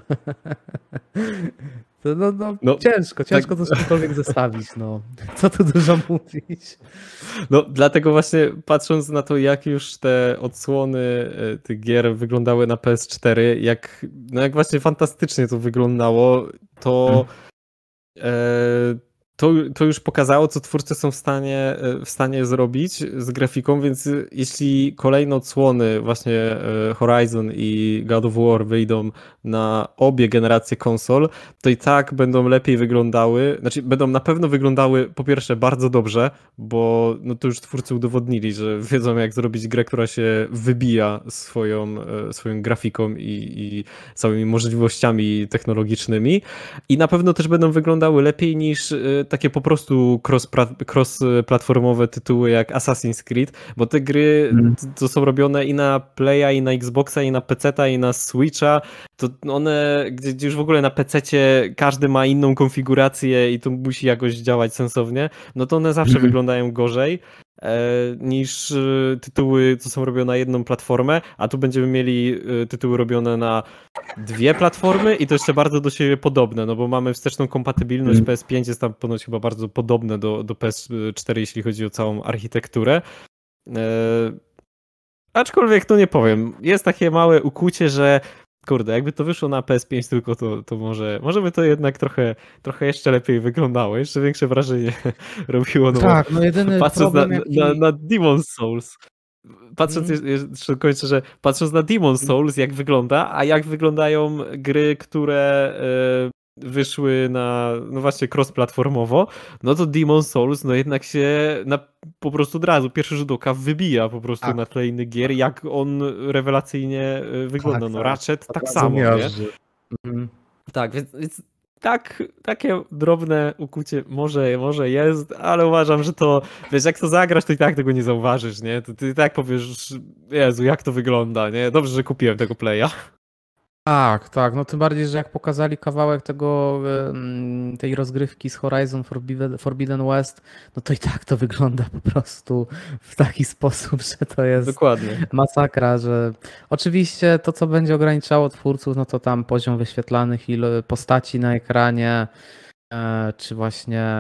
To no, no, No, ciężko, ciężko to z czymkolwiek zestawić, no. Co tu dużo mówić. No, dlatego właśnie patrząc na to, jak już te odsłony e, tych gier wyglądały na P S cztery, jak, no jak właśnie fantastycznie to wyglądało, to e, to, to już pokazało, co twórcy są w stanie, e, w stanie zrobić z grafiką, więc jeśli kolejne odsłony, właśnie e, Horizon i God of War wyjdą na obie generacje konsol, to i tak będą lepiej wyglądały, znaczy będą na pewno wyglądały po pierwsze bardzo dobrze, bo no to już twórcy udowodnili, że wiedzą jak zrobić grę, która się wybija swoją, e, swoją grafiką i, i całymi możliwościami technologicznymi i na pewno też będą wyglądały lepiej niż e, takie po prostu cross- cross-platformowe tytuły jak Assassin's Creed, bo te gry Mm. to są robione i na Playa, i na Xboxa, i na peceta, i na Switcha, to one, gdzie, gdzie już w ogóle na pececie każdy ma inną konfigurację i to musi jakoś działać sensownie, no to one zawsze Mhm. wyglądają gorzej e, niż e, tytuły, co są robione na jedną platformę, a tu będziemy mieli e, tytuły robione na dwie platformy i to jeszcze bardzo do siebie podobne, no bo mamy wsteczną kompatybilność, Mm. P S pięć jest tam ponoć chyba bardzo podobne do, do P S cztery, jeśli chodzi o całą architekturę. E, aczkolwiek to nie powiem, jest takie małe ukłucie, że kurde, jakby to wyszło na P S pięć tylko, to, to może, może by to jednak trochę, trochę jeszcze lepiej wyglądało, jeszcze większe wrażenie robiło. No Tak, no jedyny patrząc na, problem jaki... na, na Demon's Souls, patrząc Mm. jeszcze kończę, że patrząc na Demon's Souls, jak wygląda, a jak wyglądają gry, które e, wyszły na, no właśnie cross-platformowo, no to Demon's Souls, no jednak się na, po prostu od razu, pierwszy rzut oka wybija po prostu Tak. na tle innych gier, jak on rewelacyjnie e, wygląda. Tak, no tak. Ratchet tak Od razu samo, nie? miażdży. Mhm. Tak, więc, więc tak, takie drobne ukucie może, może jest, ale uważam, że to, wiesz, jak to zagrasz, to i tak tego nie zauważysz, nie? To ty i tak powiesz, Jezu, jak to wygląda, nie? Dobrze, że kupiłem tego playa. Tak, tak, no tym bardziej, że jak pokazali kawałek tego, em, tej rozgrywki z Horizon Forbidden, Forbidden West, no to i tak to wygląda po prostu w taki sposób, że to jest Dokładnie. masakra, że oczywiście to, co będzie ograniczało twórców, no to tam poziom wyświetlanych ilo- postaci na ekranie, e, czy właśnie,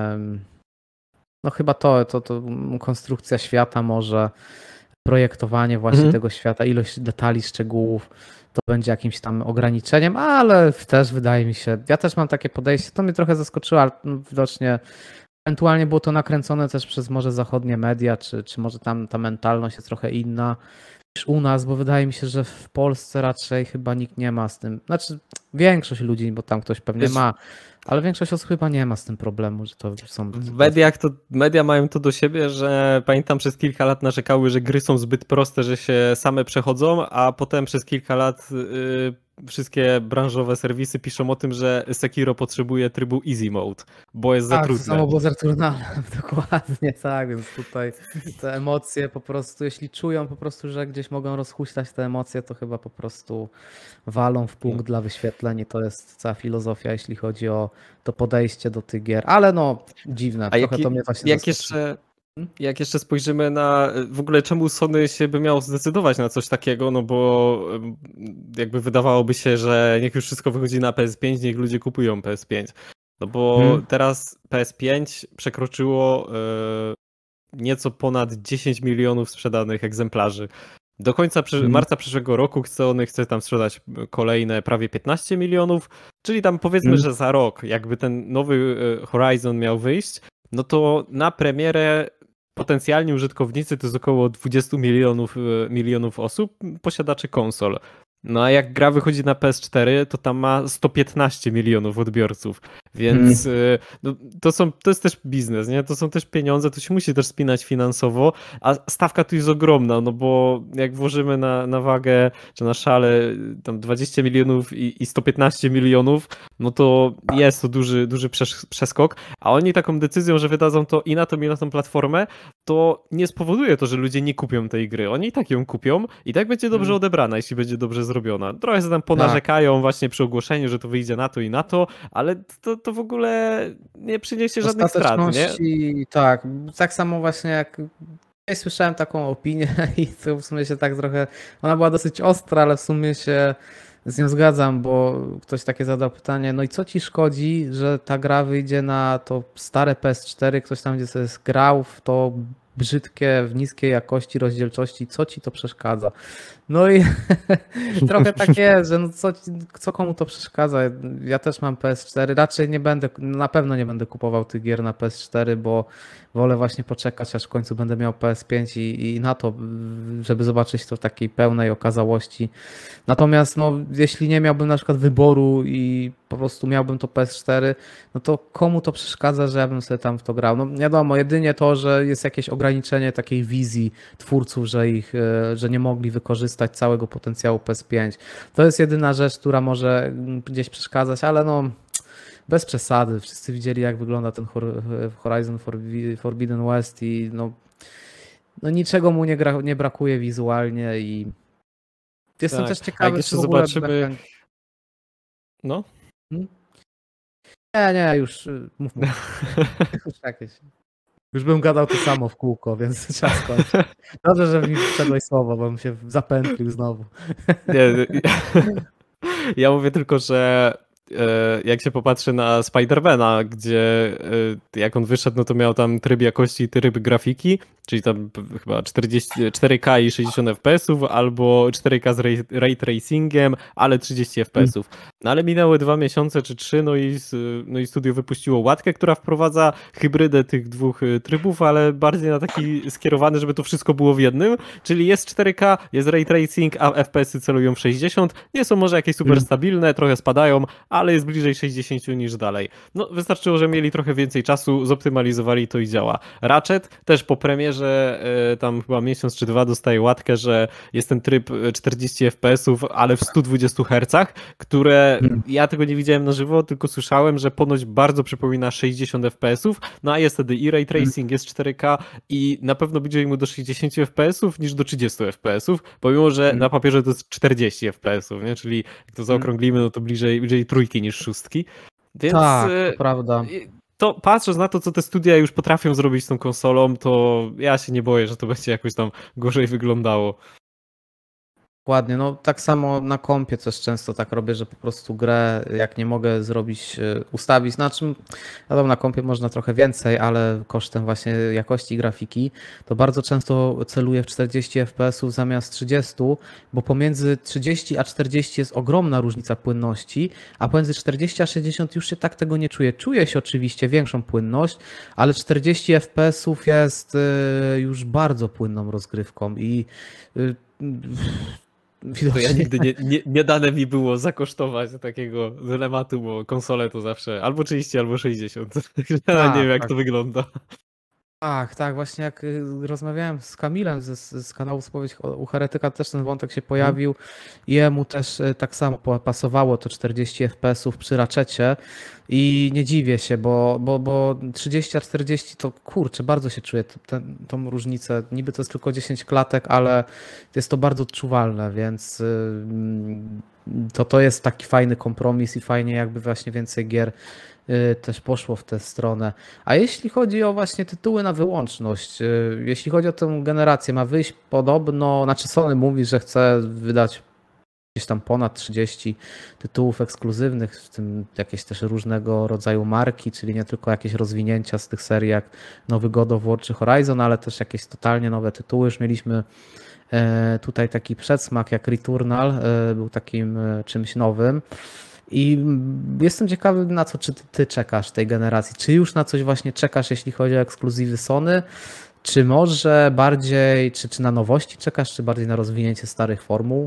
no chyba to, to, to konstrukcja świata może, projektowanie właśnie Mhm. tego świata, ilość detali, szczegółów, to będzie jakimś tam ograniczeniem, ale też wydaje mi się, ja też mam takie podejście, to mnie trochę zaskoczyło, ale widocznie ewentualnie było to nakręcone też przez może zachodnie media, czy, czy może tam ta mentalność jest trochę inna niż u nas, bo wydaje mi się, że w Polsce raczej chyba nikt nie ma z tym, znaczy większość ludzi, bo tam ktoś pewnie Wiesz, ma, ale większość osób chyba nie ma z tym problemu, że to są... W mediach to, media mają to do siebie, że pamiętam przez kilka lat narzekały, że gry są zbyt proste, że się same przechodzą, a potem przez kilka lat y, wszystkie branżowe serwisy piszą o tym, że Sekiro potrzebuje trybu easy mode, bo jest za Tak, to trudne. samo było z Returnalem, dokładnie tak, więc tutaj te emocje po prostu, jeśli czują po prostu, że gdzieś mogą rozhuśtać te emocje, to chyba po prostu walą w punkt dla wyświetleń i to jest cała filozofia, jeśli chodzi o to podejście do tych gier, ale no dziwne, A trochę jak, to mnie właśnie jak zaskoczyło. jeszcze, jak jeszcze spojrzymy na w ogóle czemu Sony się by miało zdecydować na coś takiego, no bo em, jakby wydawałoby się, że niech już wszystko wychodzi na P S pięć, niech ludzie kupują P S pięć. No bo Mhm. teraz P S pięć przekroczyło e, nieco ponad dziesięć milionów sprzedanych egzemplarzy. Do końca przy, Mhm. marca przyszłego roku chce on chce tam sprzedać kolejne prawie piętnaście milionów, czyli tam powiedzmy, Mhm. że za rok, jakby ten nowy e, Horizon miał wyjść, no to na premierę potencjalni użytkownicy to jest około dwadzieścia milionów, e, milionów osób, posiadaczy konsol. No a jak gra wychodzi na P S cztery, to tam ma sto piętnaście milionów odbiorców, więc Mhm. e, no, to, są, to jest też biznes, nie? To są też pieniądze, to się musi też spinać finansowo, a stawka tu jest ogromna, no bo jak włożymy na, na wagę, czy na szale tam dwadzieścia milionów i, i sto piętnaście milionów, no to jest to duży, duży przesz- przeskok, a oni taką decyzją, że wydadzą to i na tą, i na tą platformę, to nie spowoduje to, że ludzie nie kupią tej gry. Oni i tak ją kupią i tak będzie dobrze Mhm. odebrana, jeśli będzie dobrze zrobiona. Trochę się tam Tak. ponarzekają właśnie przy ogłoszeniu, że to wyjdzie na to i na to, ale to, to w ogóle nie przyniesie W żadnych strat, nie? ostateczności tak, tak samo właśnie jak ja słyszałem taką opinię i to w sumie się tak trochę, ona była dosyć ostra, ale w sumie się z nią zgadzam, bo ktoś takie zadał pytanie, no i co ci szkodzi, że ta gra wyjdzie na to stare P S cztery, ktoś tam gdzie sobie grał w to brzydkie, w niskiej jakości, rozdzielczości, co ci to przeszkadza? No i trochę tak jest, że no co, co komu to przeszkadza? Ja też mam P S cztery, raczej nie będę, na pewno nie będę kupował tych gier na P S cztery, bo wolę właśnie poczekać, aż w końcu będę miał P S pięć i, i na to, żeby zobaczyć to w takiej pełnej okazałości. Natomiast no, jeśli nie miałbym na przykład wyboru i po prostu miałbym to P S cztery, no to komu to przeszkadza, że ja bym sobie tam w to grał? No wiadomo, jedynie to, że jest jakieś ograniczenie takiej wizji twórców, że ich, e, że nie mogli wykorzystać całego potencjału P S pięć. To jest jedyna rzecz, która może gdzieś przeszkadzać, ale no bez przesady. Wszyscy widzieli, jak wygląda ten Horizon Forbidden West i no, no niczego mu nie, gra, nie brakuje wizualnie i jestem Tak. też A jak ciekawy, jeszcze czy w ogóle... zobaczymy... No? Hmm? Nie, nie, już mów, mów. Już jakieś. Już bym gadał to samo w kółko, więc trzeba skończyć. Dobrze, że mi wszedłeś słowo, bo bym się zapętlił znowu. Nie, ja mówię tylko, że e, jak się popatrzy na Spidermana, gdzie e, jak on wyszedł, no to miał tam tryb jakości i tryb grafiki, czyli tam p- chyba czterdzieści, cztery K i sześćdziesiąt F P S ów, albo cztery K z ray, ray tracingiem, ale trzydzieści F P S ów. No ale minęły dwa miesiące czy trzy, no i, s- no i studio wypuściło łatkę, która wprowadza hybrydę tych dwóch e, trybów, ale bardziej na taki skierowany, żeby to wszystko było w jednym, czyli jest cztery K, jest ray tracing, a F P S y celują w sześćdziesiąt, nie są może jakieś super stabilne, trochę spadają, ale jest bliżej sześćdziesiąt niż dalej. No wystarczyło, że mieli trochę więcej czasu, zoptymalizowali to i działa. Ratchet też po premierze e, tam chyba miesiąc czy dwa dostaje łatkę, że jest ten tryb e, czterdzieści F P S ów, ale w stu dwudziestu hercach, które że ja tego nie widziałem na żywo, tylko słyszałem, że ponoć bardzo przypomina sześćdziesiąt F P S-ów, no a jest wtedy i ray tracing, jest cztery K i na pewno bliżej mu do sześćdziesięciu F P S-ów niż do trzydziestu F P S-ów, pomimo, że na papierze to jest czterdzieści F P S-ów, nie? Czyli jak to zaokrąglimy, no to bliżej, bliżej trójki niż szóstki. Więc Tak, to prawda. To patrząc na to, co te studia już potrafią zrobić z tą konsolą, to ja się nie boję, że to będzie jakoś tam gorzej wyglądało. Dokładnie, no tak samo na kompie też często tak robię, że po prostu grę jak nie mogę zrobić, ustawić, znaczy wiadomo na kompie można trochę więcej, ale kosztem właśnie jakości grafiki, to bardzo często celuję w czterdzieści F P S-ów zamiast trzydziestu, bo pomiędzy trzydzieści a czterdzieści jest ogromna różnica płynności, a pomiędzy czterdzieści a sześćdziesiąt już się tak tego nie czuję. Czuje się oczywiście większą płynność, ale czterdzieści F P S-ów jest już bardzo płynną rozgrywką i to ja nigdy nie, nie, nie dane mi było zakosztować takiego dylematu, bo konsole to zawsze albo trzydzieści, albo sześćdziesiąt. Ja tak, nie wiem, jak tak. to wygląda. Tak, tak, właśnie jak rozmawiałem z Kamilem z, z kanału Spowiedź u Heretyka, też ten wątek się pojawił. Jemu też tak samo pasowało to czterdzieści F P S-ów przy raczecie i nie dziwię się, bo, bo, bo trzydzieści a czterdzieści to kurczę, bardzo się czuję ten, tą różnicę. Niby to jest tylko dziesięć klatek, ale jest to bardzo odczuwalne, więc to, to jest taki fajny kompromis i fajnie jakby właśnie więcej gier też poszło w tę stronę. A jeśli chodzi o właśnie tytuły na wyłączność, jeśli chodzi o tę generację, ma wyjść podobno, znaczy Sony mówi, że chce wydać gdzieś tam ponad trzydzieści tytułów ekskluzywnych, w tym jakieś też różnego rodzaju marki, czyli nie tylko jakieś rozwinięcia z tych serii jak nowy God of War czy Horizon, ale też jakieś totalnie nowe tytuły. Już mieliśmy tutaj taki przedsmak jak Returnal, był takim czymś nowym. I jestem ciekawy, na co czy ty, ty czekasz tej generacji. Czy już na coś właśnie czekasz, jeśli chodzi o ekskluzywy Sony? Czy może bardziej, czy, czy na nowości czekasz, czy bardziej na rozwinięcie starych formuł?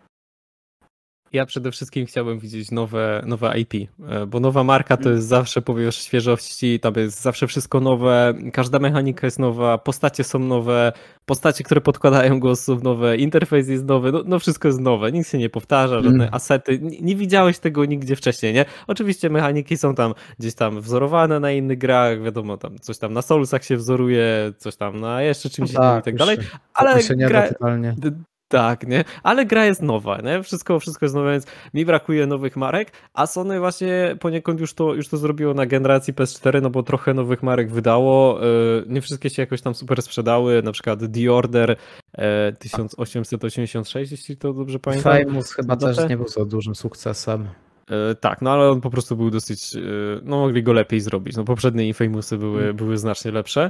Ja przede wszystkim chciałbym widzieć nowe, nowe I P, bo nowa marka to jest zawsze powiew świeżości, tam jest zawsze wszystko nowe, każda mechanika jest nowa, postacie są nowe, postacie, które podkładają głos są nowe, interfejs jest nowy, no, no wszystko jest nowe, nic się nie powtarza, żadne mm. asety, nie, nie widziałeś tego nigdzie wcześniej, nie? Oczywiście mechaniki są tam gdzieś tam wzorowane na innych grach, wiadomo, tam coś tam na Soulsach się wzoruje, coś tam na jeszcze czymś no innym i tak dalej, ale się nie gra... da totalnie. Tak, nie? Ale gra jest nowa, nie? Wszystko, wszystko jest nowe, więc mi brakuje nowych marek, a Sony właśnie poniekąd już to, już to zrobiło na generacji P S cztery, no bo trochę nowych marek wydało, nie wszystkie się jakoś tam super sprzedały, na przykład The Order tysiąc osiemset osiemdziesiąt sześć, jeśli to dobrze pamiętam. Famous chyba też nie był za dużym sukcesem. Tak, no ale on po prostu był dosyć, no mogli go lepiej zrobić, no poprzednie Infamousy były, hmm. były znacznie lepsze.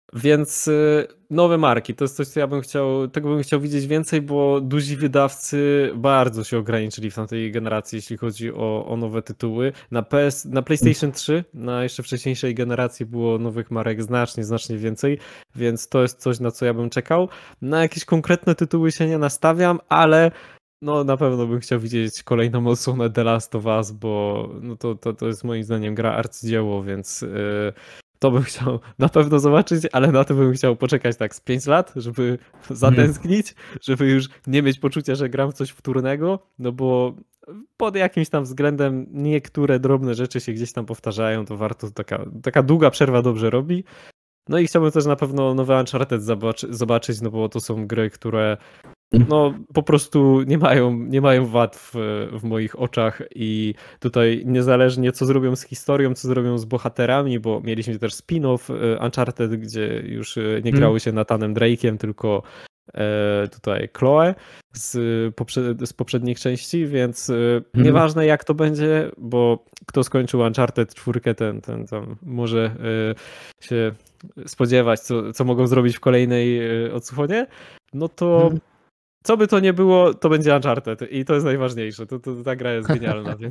Więc nowe marki, to jest coś, co ja bym chciał, tego bym chciał widzieć więcej, bo duzi wydawcy bardzo się ograniczyli w tamtej generacji, jeśli chodzi o, o nowe tytuły. Na P S, na PlayStation trzy, na jeszcze wcześniejszej generacji było nowych marek znacznie, znacznie więcej, więc to jest coś, na co ja bym czekał. Na jakieś konkretne tytuły się nie nastawiam, ale no na pewno bym chciał widzieć kolejną odsłonę The Last of Us, bo no to, to, to jest moim zdaniem gra arcydzieło, więc... Yy, to bym chciał na pewno zobaczyć, ale na to bym chciał poczekać tak z pięć lat, żeby zatęsknić, żeby już nie mieć poczucia, że gram w coś wtórnego, no bo pod jakimś tam względem niektóre drobne rzeczy się gdzieś tam powtarzają, to warto, taka, taka długa przerwa dobrze robi. No i chciałbym też na pewno nowe Uncharted zobaczyć, no bo to są gry, które no po prostu nie mają, nie mają wad w, w moich oczach i tutaj niezależnie co zrobią z historią, co zrobią z bohaterami, bo mieliśmy też spin-off Uncharted, gdzie już nie grały się Nathanem Drake'iem, tylko e, tutaj Chloe z, poprze- z poprzednich części, więc mm. nieważne jak to będzie, bo kto skończył Uncharted czwórkę, ten, ten tam może e, się spodziewać, co, co mogą zrobić w kolejnej e, odsłonie, no to mm. co by to nie było, to będzie Uncharted i to jest najważniejsze. To, to, ta gra jest genialna, więc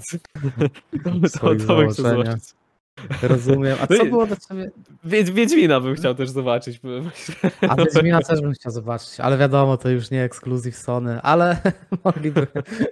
to, to, to bym chciał zobaczyć. Rozumiem. A co było do ciebie? Wiedź, Wiedźmina bym chciał też zobaczyć. A Wiedźmina też bym chciał zobaczyć, ale wiadomo, to już nie ekskluzyw Sony, ale mogliby.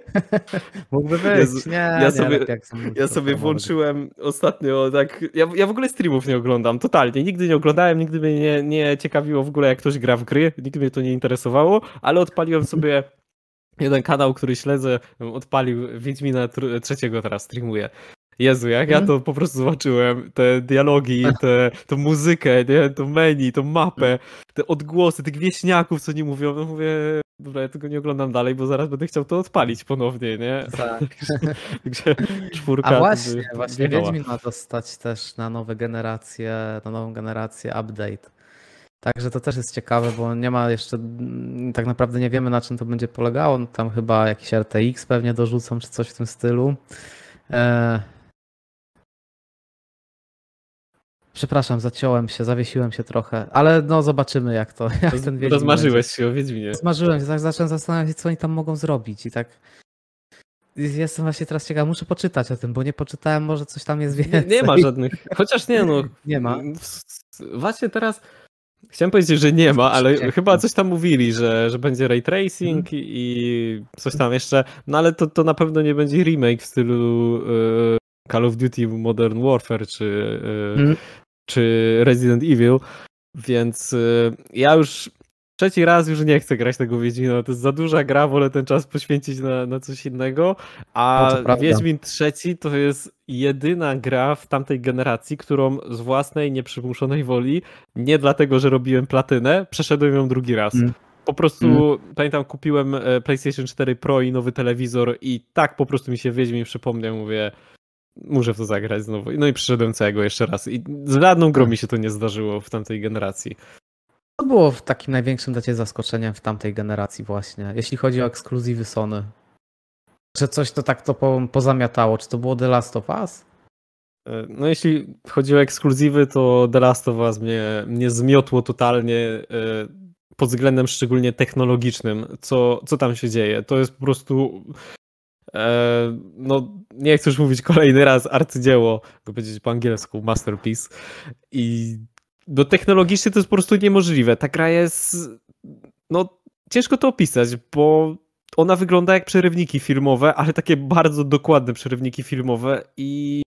Mógłby być. Nie, ja nie, sobie, jak ja sobie włączyłem ostatnio tak. Ja, ja w ogóle streamów nie oglądam, totalnie. Nigdy nie oglądałem, nigdy mnie nie, nie ciekawiło w ogóle, jak ktoś gra w gry, nigdy mnie to nie interesowało, ale odpaliłem sobie jeden kanał, który śledzę, odpalił Wiedźmina tr- trzeciego teraz streamuje. Jezu, jak ja to po prostu zobaczyłem, te dialogi, te, tą muzykę, nie? To menu, tą mapę, te odgłosy tych wieśniaków, co nie mówią, no mówię, dobra, ja tego nie oglądam dalej, bo zaraz będę chciał to odpalić ponownie, nie? Tak. Także czwórka A to właśnie, by właśnie wjechała. Wiedźmin ma dostać też na nowe generacje, na nową generację update. Także to też jest ciekawe, bo nie ma jeszcze, mm, tak naprawdę nie wiemy, na czym to będzie polegało. No tam chyba jakiś R T X pewnie dorzucą, czy coś w tym stylu. E... Przepraszam, zaciąłem się, zawiesiłem się trochę, ale no zobaczymy jak to, jak ten Wiedźmin Rozmarzyłeś będzie. się o Wiedźminie. Zmarzyłem się, tak zacząłem zastanawiać się, co oni tam mogą zrobić i tak jestem właśnie teraz ciekaw, muszę poczytać o tym, bo nie poczytałem, może coś tam jest Nie, więcej. nie ma żadnych, chociaż nie no. Nie ma. Właśnie teraz chciałem powiedzieć, że nie ma, ale chyba coś tam mówili, że, że będzie ray tracing i, i coś tam jeszcze, no ale to, to na pewno nie będzie remake w stylu y, Call of Duty Modern Warfare czy, y, Hmm. czy Resident Evil, więc y, ja już trzeci raz już nie chcę grać tego Wiedźmina, to jest za duża gra, wolę ten czas poświęcić na, na coś innego, a No to prawda. Wiedźmin trzeci to jest jedyna gra w tamtej generacji, którą z własnej, nieprzymuszonej woli, nie dlatego, że robiłem platynę, przeszedłem ją drugi raz. Mm. Po prostu, Mm. pamiętam, kupiłem e, PlayStation cztery Pro i nowy telewizor i tak po prostu mi się Wiedźmin przypomniał, mówię, muszę w to zagrać znowu. No i przyszedłem całego jeszcze raz i z żadną grą mi się to nie zdarzyło w tamtej generacji. Co było w takim największym dla ciebie zaskoczeniem w tamtej generacji właśnie, jeśli chodzi o ekskluzywy Sony? Że coś to tak to po, pozamiatało, czy to było The Last of Us? No jeśli chodzi o ekskluzywy, to The Last of Us mnie, mnie zmiotło totalnie pod względem szczególnie technologicznym, co, co tam się dzieje. To jest po prostu, e, no nie chcę już mówić kolejny raz, arcydzieło, to powiedzieć po angielsku, masterpiece. I no, technologicznie to jest po prostu niemożliwe. Ta gra jest, no ciężko to opisać, bo ona wygląda jak przerywniki filmowe, ale takie bardzo dokładne przerywniki filmowe i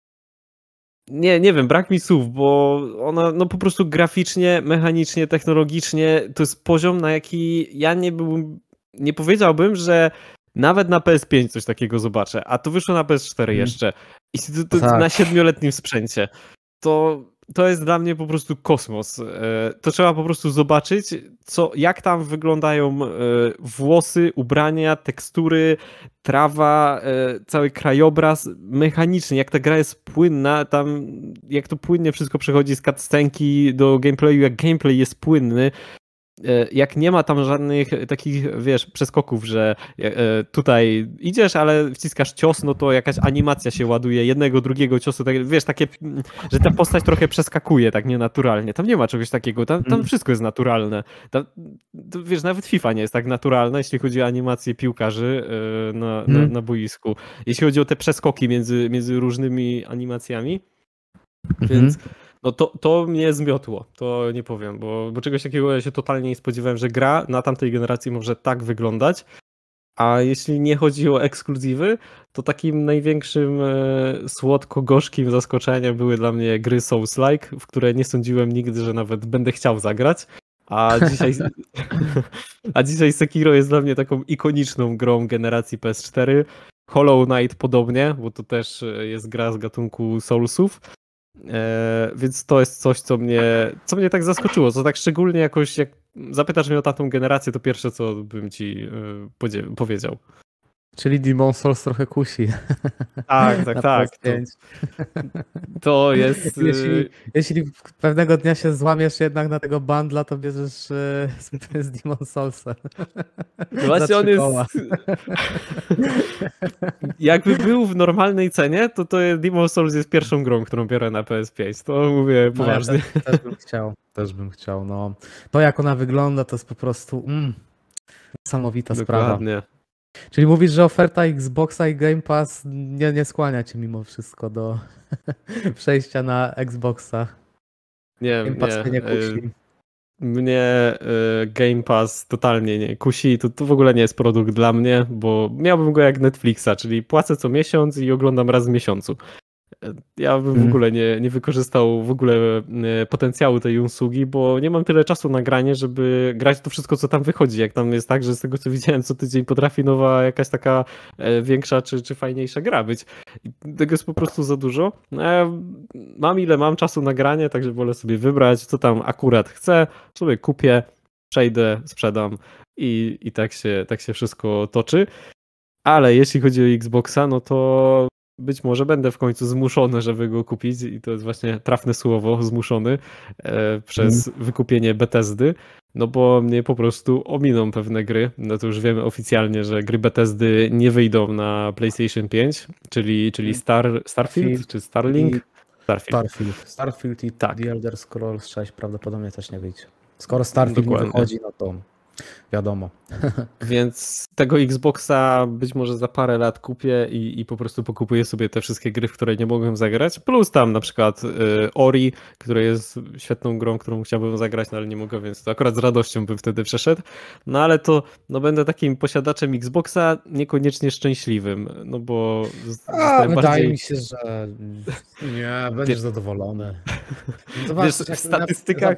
nie, nie wiem, brak mi słów, bo ona no po prostu graficznie, mechanicznie, technologicznie to jest poziom, na jaki ja nie byłbym, nie powiedziałbym, że nawet na P S pięć coś takiego zobaczę, a to wyszło na P S cztery Mm. jeszcze i to, to Tak. na siedmioletnim sprzęcie. To, to jest dla mnie po prostu kosmos. To trzeba po prostu zobaczyć, co, jak tam wyglądają włosy, ubrania, tekstury, trawa, cały krajobraz mechaniczny, jak ta gra jest płynna, tam jak to płynnie wszystko przechodzi z cutscenki do gameplayu, jak gameplay jest płynny. Jak nie ma tam żadnych takich, wiesz, przeskoków, że tutaj idziesz, ale wciskasz cios, no to jakaś animacja się ładuje jednego, drugiego ciosu, tak, wiesz, takie, że ta postać trochę przeskakuje tak nienaturalnie. Tam nie ma czegoś takiego, tam, tam wszystko jest naturalne. Tam, to, wiesz, nawet FIFA nie jest tak naturalna, jeśli chodzi o animację piłkarzy na, na, na boisku. Jeśli chodzi o te przeskoki między, między różnymi animacjami, więc no to, to mnie zmiotło, to nie powiem, bo, bo czegoś takiego ja się totalnie nie spodziewałem, że gra na tamtej generacji może tak wyglądać, a jeśli nie chodzi o ekskluzywy, to takim największym e, słodko-gorzkim zaskoczeniem były dla mnie gry Souls-like, w które nie sądziłem nigdy, że nawet będę chciał zagrać, a dzisiaj, a dzisiaj Sekiro jest dla mnie taką ikoniczną grą generacji P S cztery, Hollow Knight podobnie, bo to też jest gra z gatunku Soulsów. E, więc to jest coś, co mnie, co mnie tak zaskoczyło, co tak szczególnie jakoś, jak zapytasz mnie o tamtą generację, to pierwsze, co bym ci e, podzie- powiedział. Czyli Demon's Souls trochę kusi. Tak, tak, tak. To, to jest... Jeśli, jeśli pewnego dnia się złamiesz jednak na tego bundla, to bierzesz z, z Demon's Soulsa. Właśnie on jest... Jakby był w normalnej cenie, to, to Demon's Souls jest pierwszą grą, którą biorę na P S pięć. To mówię poważnie. No ja też, też bym chciał, też bym chciał. No. To jak ona wygląda, to jest po prostu mm, niesamowita Dokładnie. sprawa. Czyli mówisz, że oferta Xboxa i Game Pass nie, nie skłania cię mimo wszystko do przejścia na Xboxa. Nie, Game Pass nie. mnie nie kusi. Mnie y, Game Pass totalnie nie kusi. To, to w ogóle nie jest produkt dla mnie, bo miałbym go jak Netflixa, czyli płacę co miesiąc i oglądam raz w miesiącu. Ja bym w Mhm. ogóle nie, nie wykorzystał w ogóle e, potencjału tej usługi, bo nie mam tyle czasu na granie, żeby grać to wszystko, co tam wychodzi. Jak tam jest tak, że z tego, co widziałem, co tydzień potrafi nowa jakaś taka e, większa czy, czy fajniejsza gra być. I tego jest po prostu za dużo. No, ja mam ile mam czasu na granie, także wolę sobie wybrać, co tam akurat chcę, sobie kupię, przejdę, sprzedam i, i tak się, tak się wszystko toczy. Ale jeśli chodzi o Xboxa, no to być może będę w końcu zmuszony, żeby go kupić i to jest właśnie trafne słowo, zmuszony e, przez wykupienie Bethesdy, no bo mnie po prostu ominą pewne gry. No to już wiemy oficjalnie, że gry Bethesdy nie wyjdą na PlayStation pięć, czyli, czyli Star, Starfield czy Starlink? I Starfield. Starfield. Starfield i Tak. The Elder Scrolls sześć prawdopodobnie też nie wyjdzie. Skoro Starfield Dokładnie. nie wychodzi, no to wiadomo. Więc tego Xboxa być może za parę lat kupię i, i po prostu pokupuję sobie te wszystkie gry, w które nie mogłem zagrać. Plus tam na przykład y, Ori, które jest świetną grą, którą chciałbym zagrać, no ale nie mogę, więc to akurat z radością bym wtedy przeszedł. No ale to no, będę takim posiadaczem Xboxa niekoniecznie szczęśliwym, no bo z- A, zostałem wydaje bardziej... mi się, że nie, będziesz Wiesz- zadowolony. Wiesz, Zobacz, w jak na- statystykach...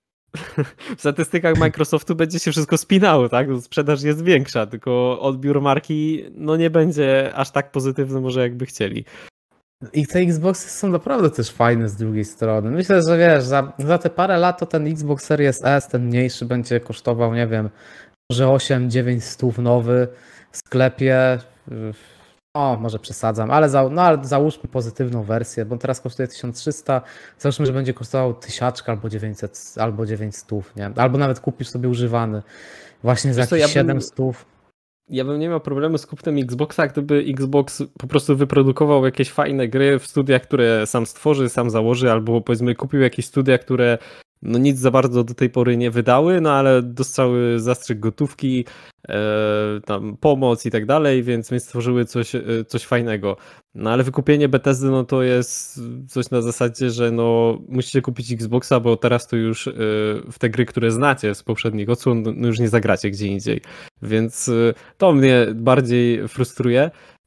W statystykach Microsoftu będzie się wszystko spinało, tak? Sprzedaż jest większa, tylko odbiór marki no nie będzie aż tak pozytywny może jakby chcieli. I te Xboxy są naprawdę też fajne z drugiej strony. Myślę, że wiesz, za, za te parę lat to ten Xbox Series S, ten mniejszy, będzie kosztował, nie wiem, może osiem dziewięć stów nowy w sklepie. O, może przesadzam, ale, za, no, ale załóżmy pozytywną wersję, bo teraz kosztuje tysiąc trzysta, załóżmy, że będzie kosztował tysiąc albo dziewięćset, albo dziewięć stów, nie? Albo nawet kupisz sobie używany, właśnie za Wiesz co, jakieś ja bym- siedem stów. Ja bym nie miał problemu z kupnem Xboxa, gdyby Xbox po prostu wyprodukował jakieś fajne gry w studiach, które sam stworzy, sam założy, albo powiedzmy kupił jakieś studia, które no nic za bardzo do tej pory nie wydały, no ale dostały zastrzyk gotówki, e, tam pomoc i tak dalej, więc, więc stworzyły coś, e, coś fajnego. No ale wykupienie Bethesdy, no to jest coś na zasadzie, że no musicie kupić Xboxa, bo teraz to już e, w te gry, które znacie z poprzednich odsłon, no już nie zagracie gdzie indziej. Więc e, to mnie bardziej frustruje,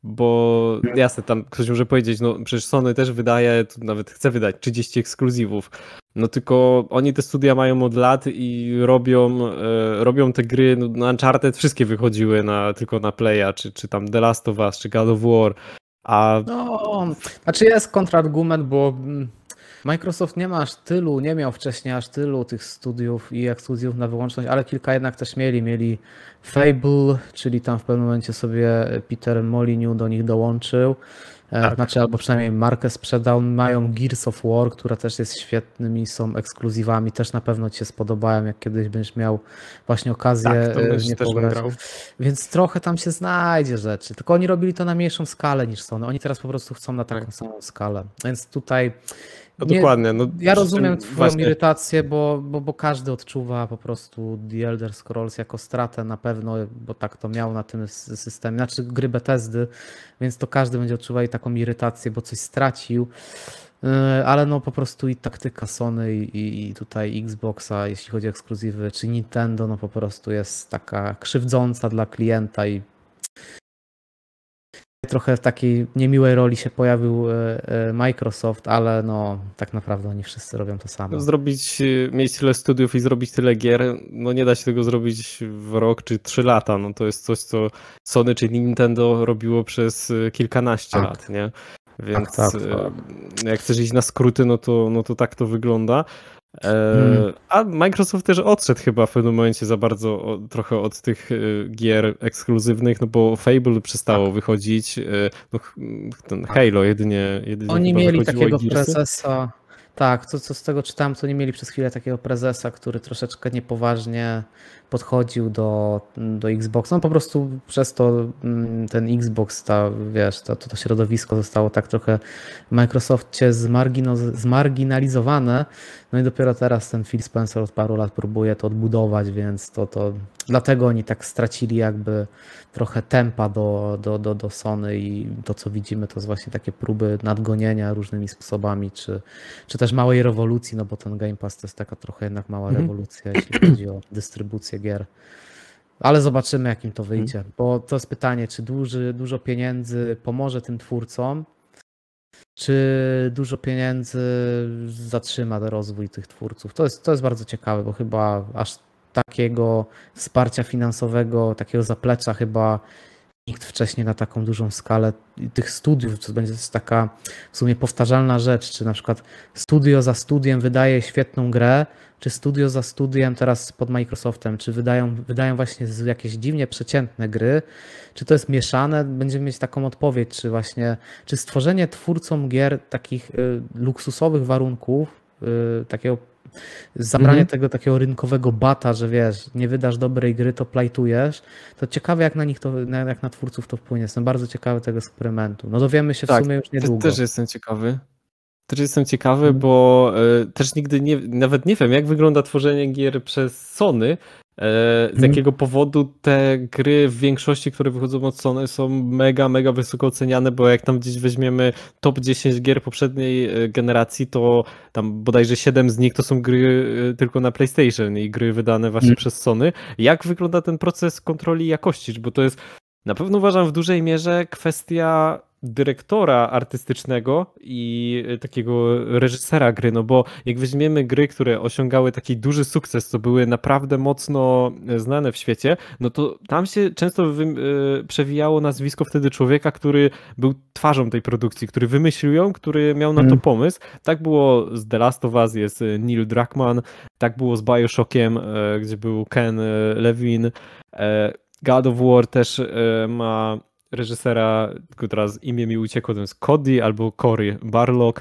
bo jasne, tam ktoś może powiedzieć, no przecież Sony też wydaje, tu nawet chce wydać trzydzieści ekskluzywów. No tylko oni te studia mają od lat i robią, e, robią te gry, no na Uncharted wszystkie wychodziły na, tylko na Playa, czy, czy tam The Last of Us, czy God of War, a No, znaczy jest kontrargument, bo mm, Microsoft nie ma aż tylu, nie miał wcześniej aż tylu tych studiów i ekskluzywów na wyłączność, ale kilka jednak też mieli. Mieli Fable, czyli tam w pewnym momencie sobie Peter Molyneux do nich dołączył. E, Tak. Znaczy, albo przynajmniej markę sprzedał. Mają Gears of War, która też jest świetnymi, są ekskluzywami. Też na pewno ci się spodobają, jak kiedyś będziesz miał właśnie okazję tak, to e, w też, nie też bym pograć. grał. Więc trochę tam się znajdzie rzeczy. Tylko oni robili to na mniejszą skalę niż Sony. Oni teraz po prostu chcą na taką Tak. samą skalę. Więc tutaj. No nie- dokładnie. No, Ja przy rozumiem czym twoją właśnie- irytację, bo, bo, bo każdy odczuwa po prostu The Elder Scrolls jako stratę na pewno, bo tak to miał na tym s- systemie. Znaczy gry Bethesdy, więc to każdy będzie odczuwał i taką irytację, bo coś stracił. Yy, Ale no po prostu i taktyka Sony i, i- i tutaj Xboxa, jeśli chodzi o ekskluzywy, czy Nintendo, no po prostu jest taka krzywdząca dla klienta i trochę w takiej niemiłej roli się pojawił e, e, Microsoft, ale no tak naprawdę oni wszyscy robią to samo. Zrobić, y, mieć tyle studiów i zrobić tyle gier, no nie da się tego zrobić w rok czy trzy lata. No to jest coś, co Sony czy Nintendo robiło przez y, kilkanaście Tak. lat, nie? Więc tak, y, tak. jak chcesz iść na skróty, no to, no to tak to wygląda. E, Hmm. A Microsoft też odszedł chyba w pewnym momencie za bardzo o, trochę od tych y, gier ekskluzywnych, no bo Fable przestało wychodzić, y, no, ch- ten Halo jedynie, jedynie Oni chyba mieli wychodziło takiego i Gearsy. prezesa, tak, co, co z tego czytałem, to nie mieli przez chwilę takiego prezesa, który troszeczkę niepoważnie podchodził do, do Xboxa. No po prostu przez to mm, ten Xbox, ta, wiesz, to, to środowisko zostało tak trochę w Microsoftie zmargino, zmarginalizowane. No i dopiero teraz ten Phil Spencer od paru lat próbuje to odbudować, więc to, to dlatego oni tak stracili jakby trochę tempa do, do, do, do Sony i to, co widzimy, to jest właśnie takie próby nadgonienia różnymi sposobami, czy, czy też małej rewolucji, no bo ten Game Pass to jest taka trochę jednak mała Mhm. rewolucja, jeśli chodzi o dystrybucję gier. Ale zobaczymy, jak im to wyjdzie, bo to jest pytanie, czy duży, dużo pieniędzy pomoże tym twórcom, czy dużo pieniędzy zatrzyma rozwój tych twórców. To jest, to jest bardzo ciekawe, bo chyba aż takiego wsparcia finansowego, takiego zaplecza chyba nikt wcześniej na taką dużą skalę tych studiów, to będzie taka w sumie powtarzalna rzecz, czy na przykład studio za studiem wydaje świetną grę, czy studio za studiem teraz pod Microsoftem, czy wydają, wydają właśnie jakieś dziwnie przeciętne gry, czy to jest mieszane, będziemy mieć taką odpowiedź, czy właśnie, czy stworzenie twórcom gier takich y, luksusowych warunków, y, takiego zabranie mhm. tego takiego rynkowego bata, że wiesz, nie wydasz dobrej gry, to plajtujesz, to ciekawe jak na nich to, jak na twórców to wpłynie. Jestem bardzo ciekawy tego eksperymentu. No dowiemy się w tak, sumie już niedługo. Też jestem ciekawy. Też jestem ciekawy, hmm. bo y, też nigdy nie, nawet nie wiem, jak wygląda tworzenie gier przez Sony, y, z hmm. jakiego powodu te gry w większości, które wychodzą od Sony, są mega, mega wysoko oceniane, bo jak tam gdzieś weźmiemy top dziesięć gier poprzedniej generacji, to tam bodajże siedem z nich to są gry y, tylko na PlayStation i gry wydane właśnie hmm. przez Sony. Jak wygląda ten proces kontroli jakości? Bo to jest, na pewno uważam, w dużej mierze kwestia dyrektora artystycznego i takiego reżysera gry, no bo jak weźmiemy gry, które osiągały taki duży sukces, to były naprawdę mocno znane w świecie, no to tam się często wy, przewijało nazwisko wtedy człowieka, który był twarzą tej produkcji, który wymyślił ją, który miał na to pomysł. Tak było z The Last of Us, jest Neil Druckmann, tak było z BioShockiem, gdzie był Ken Levine, God of War też ma reżysera, tylko teraz imię mi uciekło, to jest Cody albo Cory Barlog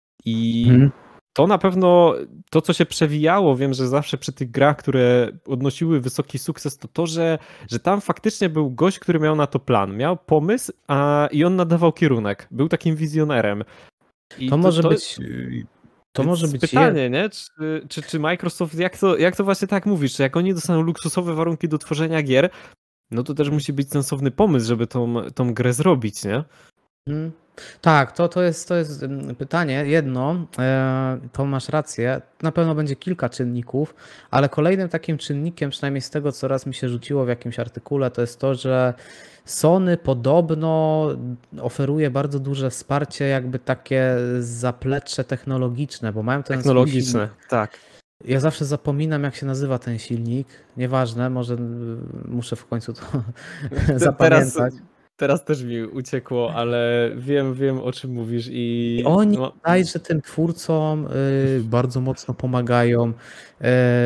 i hmm. to na pewno, to co się przewijało, wiem, że zawsze przy tych grach, które odnosiły wysoki sukces, to to, że, że tam faktycznie był gość, który miał na to plan, miał pomysł a, i on nadawał kierunek, był takim wizjonerem. I to, to może to, być... To może być pytanie, nie? Czy, czy, czy Microsoft, jak to, jak to właśnie tak mówisz, czy jak oni dostaną luksusowe warunki do tworzenia gier, no to też musi być sensowny pomysł, żeby tą, tą grę zrobić, nie? Hmm. Tak, to, to, jest, to jest pytanie. Jedno, e, to masz rację, na pewno będzie kilka czynników, ale kolejnym takim czynnikiem, przynajmniej z tego, co raz mi się rzuciło w jakimś artykule, to jest to, że Sony podobno oferuje bardzo duże wsparcie, jakby takie zaplecze technologiczne, bo mają ten Technologiczne, tak. Ja zawsze zapominam, jak się nazywa ten silnik. Nieważne, może muszę w końcu to zapamiętać. Teraz, teraz też mi uciekło, ale wiem, wiem o czym mówisz. I, I oni no... wydaje, że tym twórcom y, bardzo mocno pomagają, y,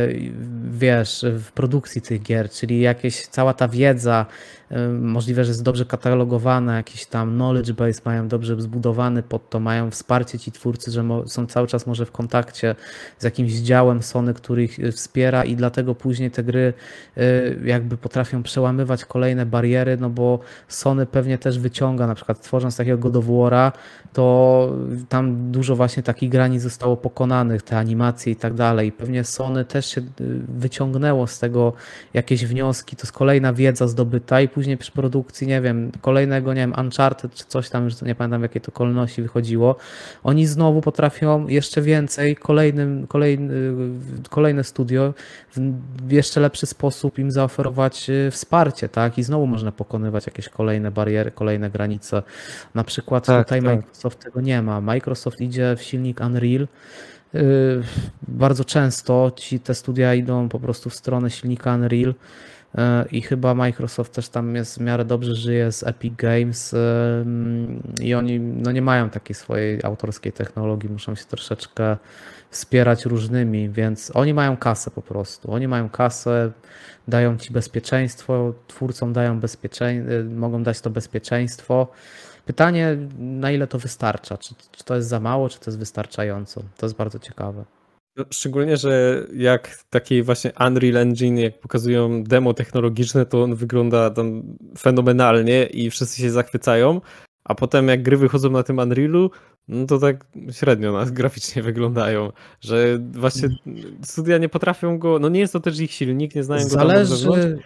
wiesz, w produkcji tych gier, czyli jakieś, cała ta wiedza, y, możliwe, że jest dobrze katalogowana, jakiś tam knowledge base mają dobrze zbudowany pod to, mają wsparcie ci twórcy, że mo- są cały czas może w kontakcie z jakimś działem Sony, który ich wspiera i dlatego później te gry y, jakby potrafią przełamywać kolejne bariery, no bo Sony pewnie też wyciąga, na przykład tworząc takiego God of War'a, to tam dużo właśnie takich granic zostało pokonanych, te animacje i tak dalej. Pewnie Sony też się wyciągnęło z tego jakieś wnioski, to jest kolejna wiedza zdobyta i później przy produkcji, nie wiem, kolejnego, nie wiem, Uncharted czy coś tam, już nie pamiętam w jakiej to kolejności wychodziło, oni znowu potrafią jeszcze więcej, kolejnym, kolejny, kolejne studio w jeszcze lepszy sposób im zaoferować wsparcie, tak? I znowu można pokonywać jakieś kolejne bariery, kolejne granice. Na przykład tak, tutaj tak. Microsoft tego nie ma. Microsoft idzie w silnik Unreal. Bardzo często ci te studia idą po prostu w stronę silnika Unreal i chyba Microsoft też tam jest w miarę dobrze żyje z Epic Games i oni no nie mają takiej swojej autorskiej technologii, muszą się troszeczkę wspierać różnymi, więc oni mają kasę po prostu. Oni mają kasę, dają ci bezpieczeństwo, twórcom dają bezpieczeństwo, mogą dać to bezpieczeństwo. Pytanie, na ile to wystarcza? Czy, czy to jest za mało, czy to jest wystarczająco? To jest bardzo ciekawe. Szczególnie, że jak taki właśnie Unreal Engine, jak pokazują demo technologiczne, to on wygląda tam fenomenalnie i wszyscy się zachwycają, a potem jak gry wychodzą na tym Unrealu, no to tak średnio nas graficznie wyglądają, że właśnie studia nie potrafią go, no nie jest to też ich silnik, nie znają go Zależy, tam od zewnątrz.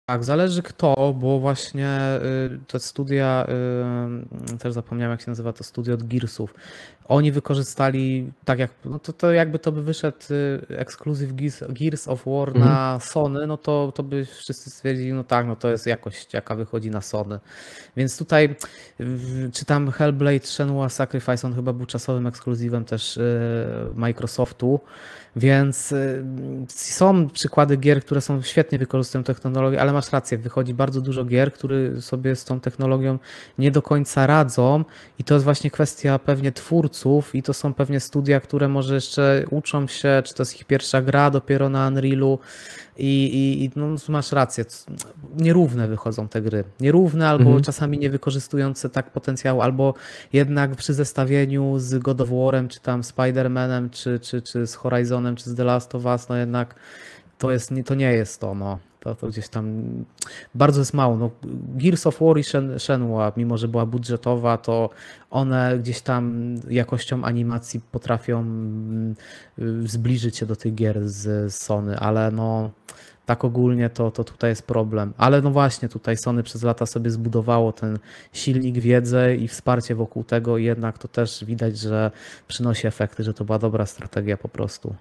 Tak, zależy kto, bo właśnie y, te studia, y, też zapomniałem jak się nazywa to studio od Gearsów, oni wykorzystali, tak jak, no to, to jakby to by wyszedł y, ekskluzyw Gears, Gears of War Mhm. na Sony, no to, to by wszyscy stwierdzili, no tak, no to jest jakość jaka wychodzi na Sony. Więc tutaj w- czy tam Hellblade Shenmue Sacrifice, on chyba był czasowym ekskluzywem też y, Microsoftu, więc y, są przykłady gier, które są świetnie wykorzystują technologię, ale masz rację, wychodzi bardzo dużo gier, które sobie z tą technologią nie do końca radzą i to jest właśnie kwestia pewnie twórców i to są pewnie studia, które może jeszcze uczą się, czy to jest ich pierwsza gra dopiero na Unrealu i, i, i no, masz rację, c- nierówne wychodzą te gry. Nierówne albo Mhm. czasami nie wykorzystujące tak potencjału, albo jednak przy zestawieniu z God of War'em, czy tam Spider-Manem, czy, czy, czy z Horizonem, czy z The Last of Us, no jednak to, jest, nie- to nie jest to, no. To, to gdzieś tam bardzo jest mało. No, Gears of War i Shen, Shenmue, mimo że była budżetowa, to one gdzieś tam jakością animacji potrafią mm, y, zbliżyć się do tych gier z, z Sony, ale no tak ogólnie to, to tutaj jest problem. Ale no właśnie, tutaj Sony przez lata sobie zbudowało ten silnik, wiedzę i wsparcie wokół tego i jednak to też widać, że przynosi efekty, że to była dobra strategia po prostu.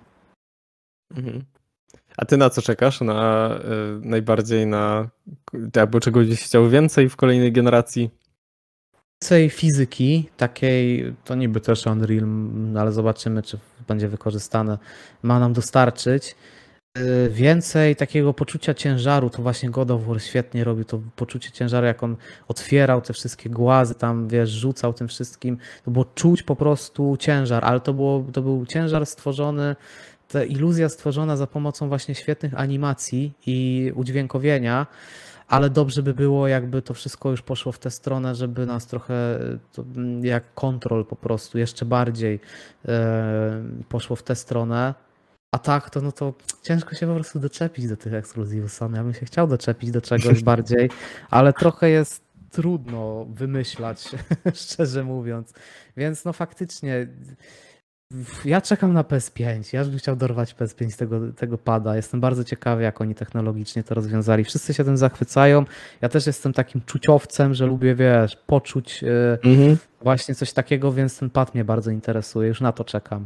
Mhm. A ty na co czekasz? Na y, najbardziej na albo czegoś byś chciał więcej w kolejnej generacji? Więcej fizyki, takiej, to niby też Unreal, mm, ale zobaczymy, czy będzie wykorzystane, ma nam dostarczyć. Y, Więcej takiego poczucia ciężaru, to właśnie God of War świetnie robił, to poczucie ciężaru, jak on otwierał te wszystkie głazy, tam wiesz, rzucał tym wszystkim, to było czuć po prostu ciężar, ale to, było, to był ciężar stworzony, ta iluzja stworzona za pomocą właśnie świetnych animacji i udźwiękowienia, ale dobrze by było, jakby to wszystko już poszło w tę stronę, żeby nas trochę to, mm, jak Control po prostu jeszcze bardziej e, poszło w tę stronę. A tak, to no to ciężko się po prostu doczepić do tych ekskluzywów Sony. Ja bym się chciał doczepić do czegoś bardziej, ale trochę jest trudno wymyślać, szczerze mówiąc. Więc no faktycznie ja czekam na P S pięć. Ja bym chciał dorwać P S pięć z tego, tego pada. Jestem bardzo ciekawy, jak oni technologicznie to rozwiązali. Wszyscy się tym zachwycają. Ja też jestem takim czuciowcem, że lubię, wiesz, poczuć yy, Mhm. właśnie coś takiego, więc ten pad mnie bardzo interesuje. Już na to czekam.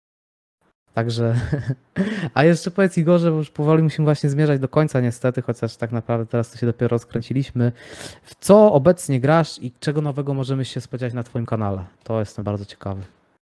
Także, a jeszcze powiedz Igorze, bo już powoli musimy właśnie zmierzać do końca niestety, chociaż tak naprawdę teraz to się dopiero rozkręciliśmy. W co obecnie grasz i czego nowego możemy się spodziewać na twoim kanale? To jestem bardzo ciekawy.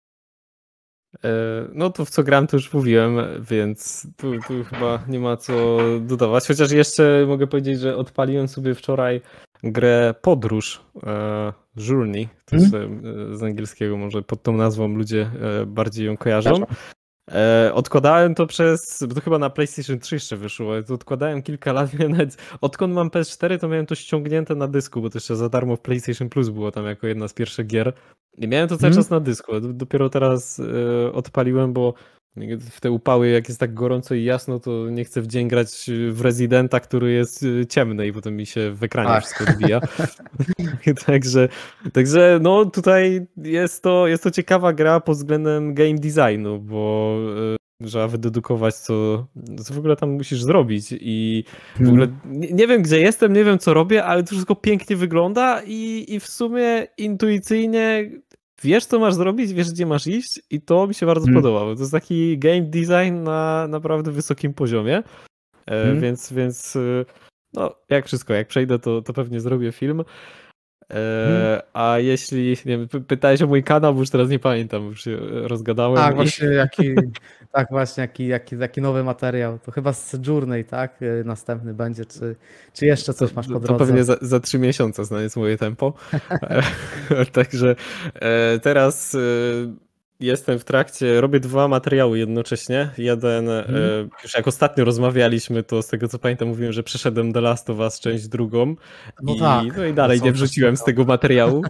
E, No to w co gram, to już mówiłem, więc tu, tu chyba nie ma co dodawać. Chociaż jeszcze mogę powiedzieć, że odpaliłem sobie wczoraj grę Podróż, e, Journey, to jest e, z angielskiego, może pod tą nazwą ludzie e, bardziej ją kojarzą. E, odkładałem to przez, bo to chyba na PlayStation trzy jeszcze wyszło, ale to odkładałem kilka lat, miałem nawet, odkąd mam P S cztery, to miałem to ściągnięte na dysku, bo to jeszcze za darmo w PlayStation Plus było tam jako jedna z pierwszych gier. I miałem to cały Mhm. czas na dysku, a d- dopiero teraz e, odpaliłem, bo w te upały, jak jest tak gorąco i jasno, to nie chcę w dzień grać w Residenta, który jest e, ciemny i potem mi się w ekranie Tak. wszystko odbija. Także, także no tutaj jest to, jest to ciekawa gra pod względem game designu, bo e, trzeba wydedukować, co, co w ogóle tam musisz zrobić i w ogóle nie, nie wiem, gdzie jestem, nie wiem, co robię, ale to wszystko pięknie wygląda i, i w sumie intuicyjnie wiesz, co masz zrobić, wiesz, gdzie masz iść i to mi się bardzo Mm. podoba, bo to jest taki game design na naprawdę wysokim poziomie, e, Mm. więc, więc e, no, jak wszystko, jak przejdę, to, to pewnie zrobię film. E, Mm. a jeśli, nie wiem, py- pytałeś o mój kanał, bo już teraz nie pamiętam, już się rozgadałem. Tak, i- właśnie jaki, tak właśnie, jaki, jaki, jaki nowy materiał. To chyba z Journey, tak? Y, Następny będzie, czy, czy jeszcze coś masz po To, to drodze? pewnie za, za trzy miesiące znając moje tempo. E, Także e, teraz e, jestem w trakcie, robię dwa materiały jednocześnie. Jeden, e, Mhm. już jak ostatnio rozmawialiśmy, to z tego co pamiętam mówiłem, że przeszedłem The Last of Us część drugą. No I, tak, no i to dalej co nie to wrzuciłem z słucham. tego materiału.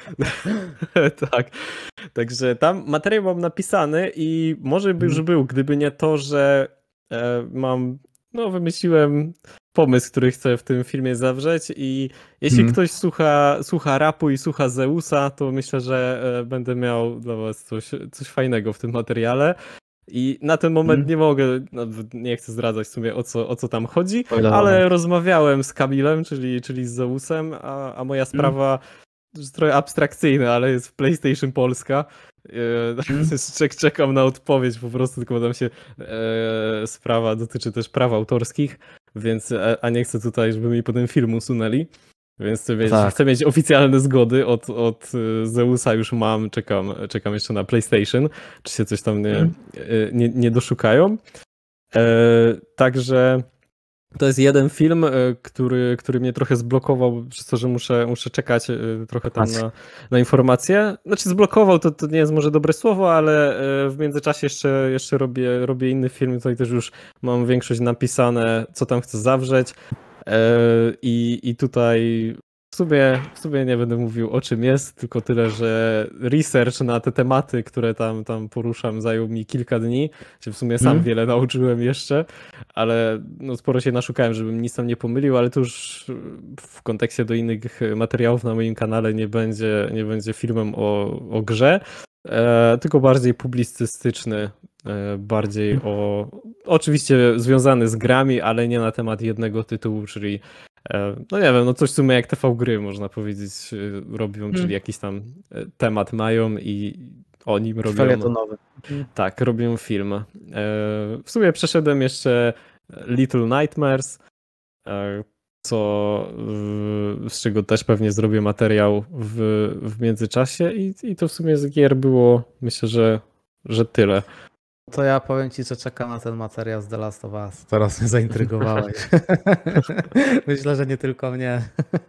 Tak. Także tam materiał mam napisany i może by już Mhm. był, gdyby nie to, że e, mam, no wymyśliłem pomysł, który chcę w tym filmie zawrzeć i jeśli Mhm. ktoś słucha, słucha rapu i słucha Zeusa, to myślę, że e, będę miał dla was coś, coś fajnego w tym materiale. I na ten moment Mm. nie mogę, nawet nie chcę zdradzać w sumie o co, o co tam chodzi, Spoiler ale moment. rozmawiałem z Kamilem, czyli, czyli z Zeusem, a, a moja sprawa jest trochę abstrakcyjna, ale jest w PlayStation Polska. Mm. Czek, czekam na odpowiedź po prostu, tylko tam się e, sprawa dotyczy też praw autorskich, więc a, a nie chcę tutaj, żeby mi potem film usunęli. Więc chcę mieć, Tak. chcę mieć oficjalne zgody od, od Zeusa, już mam, czekam, czekam jeszcze na PlayStation, czy się coś tam nie, Mm. nie, nie doszukają. E, także to jest jeden film, który, który mnie trochę zblokował, przez to, że muszę, muszę czekać trochę tam na, na informacje. Znaczy zblokował, to, to nie jest może dobre słowo, ale w międzyczasie jeszcze, jeszcze robię, robię inny film, tutaj też już mam większość napisane, co tam chcę zawrzeć. I, i tutaj w sumie, w sumie nie będę mówił o czym jest, tylko tyle, że research na te tematy, które tam, tam poruszam, zajął mi kilka dni. W sumie sam Mm. wiele nauczyłem jeszcze, ale no sporo się naszukałem, żebym nic tam nie pomylił, ale to już w kontekście do innych materiałów na moim kanale nie będzie, nie będzie filmem o, o grze, e, tylko bardziej publicystyczny, e, bardziej o... Oczywiście związany z grami, ale nie na temat jednego tytułu, czyli no nie wiem, no coś w sumie jak T V gry można powiedzieć robią, Hmm. czyli jakiś tam temat mają i o nim robią. Felietonowy. Tak, robią film. W sumie przeszedłem jeszcze Little Nightmares, co z czego też pewnie zrobię materiał w, w międzyczasie i, i to w sumie z gier było, myślę, że, że tyle. To ja powiem ci, że czekam na ten materiał z The Last of Us. Teraz mnie zaintrygowałeś. Myślę, że nie tylko mnie.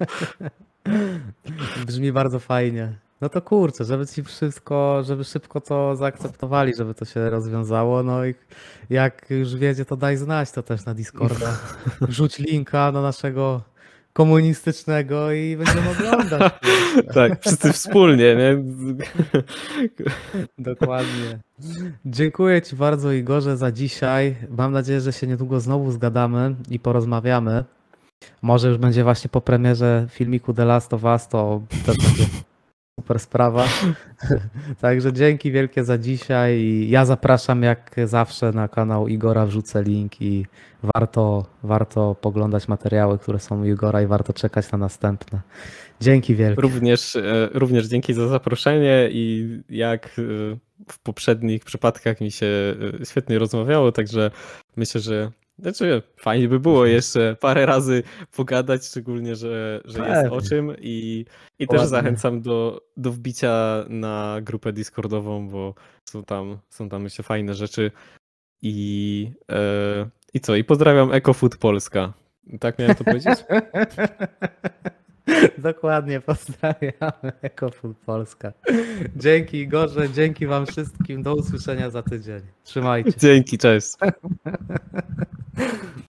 Brzmi bardzo fajnie. No to kurczę, żeby ci wszystko, żeby szybko to zaakceptowali, żeby to się rozwiązało. No i jak już wiedzie, to daj znać to też na Discorda. Wrzuć linka na naszego komunistycznego i będziemy oglądać. Tak, wszyscy wspólnie, nie? Dokładnie. Dziękuję ci bardzo, Igorze, za dzisiaj. Mam nadzieję, że się niedługo znowu zgadamy i porozmawiamy. Może już będzie właśnie po premierze filmiku The Last of Us, to też będzie super sprawa. Także dzięki wielkie za dzisiaj i ja zapraszam jak zawsze na kanał Igora, wrzucę link i warto, warto poglądać materiały, które są u Igora i warto czekać na następne. Dzięki wielkie. Również, również dzięki za zaproszenie i jak w poprzednich przypadkach mi się świetnie rozmawiało, także myślę, że znaczy, fajnie by było jeszcze parę razy pogadać, szczególnie, że, że jest o czym i, i też zachęcam do, do wbicia na grupę Discordową, bo są tam, są tam jeszcze fajne rzeczy i, e, i co? I pozdrawiam EcoFood Polska. Tak miałem to powiedzieć? Dokładnie, pozdrawiamy EcoFood Polska. Dzięki Igorze, dzięki wam wszystkim, do usłyszenia za tydzień. Trzymajcie. Dzięki, cześć.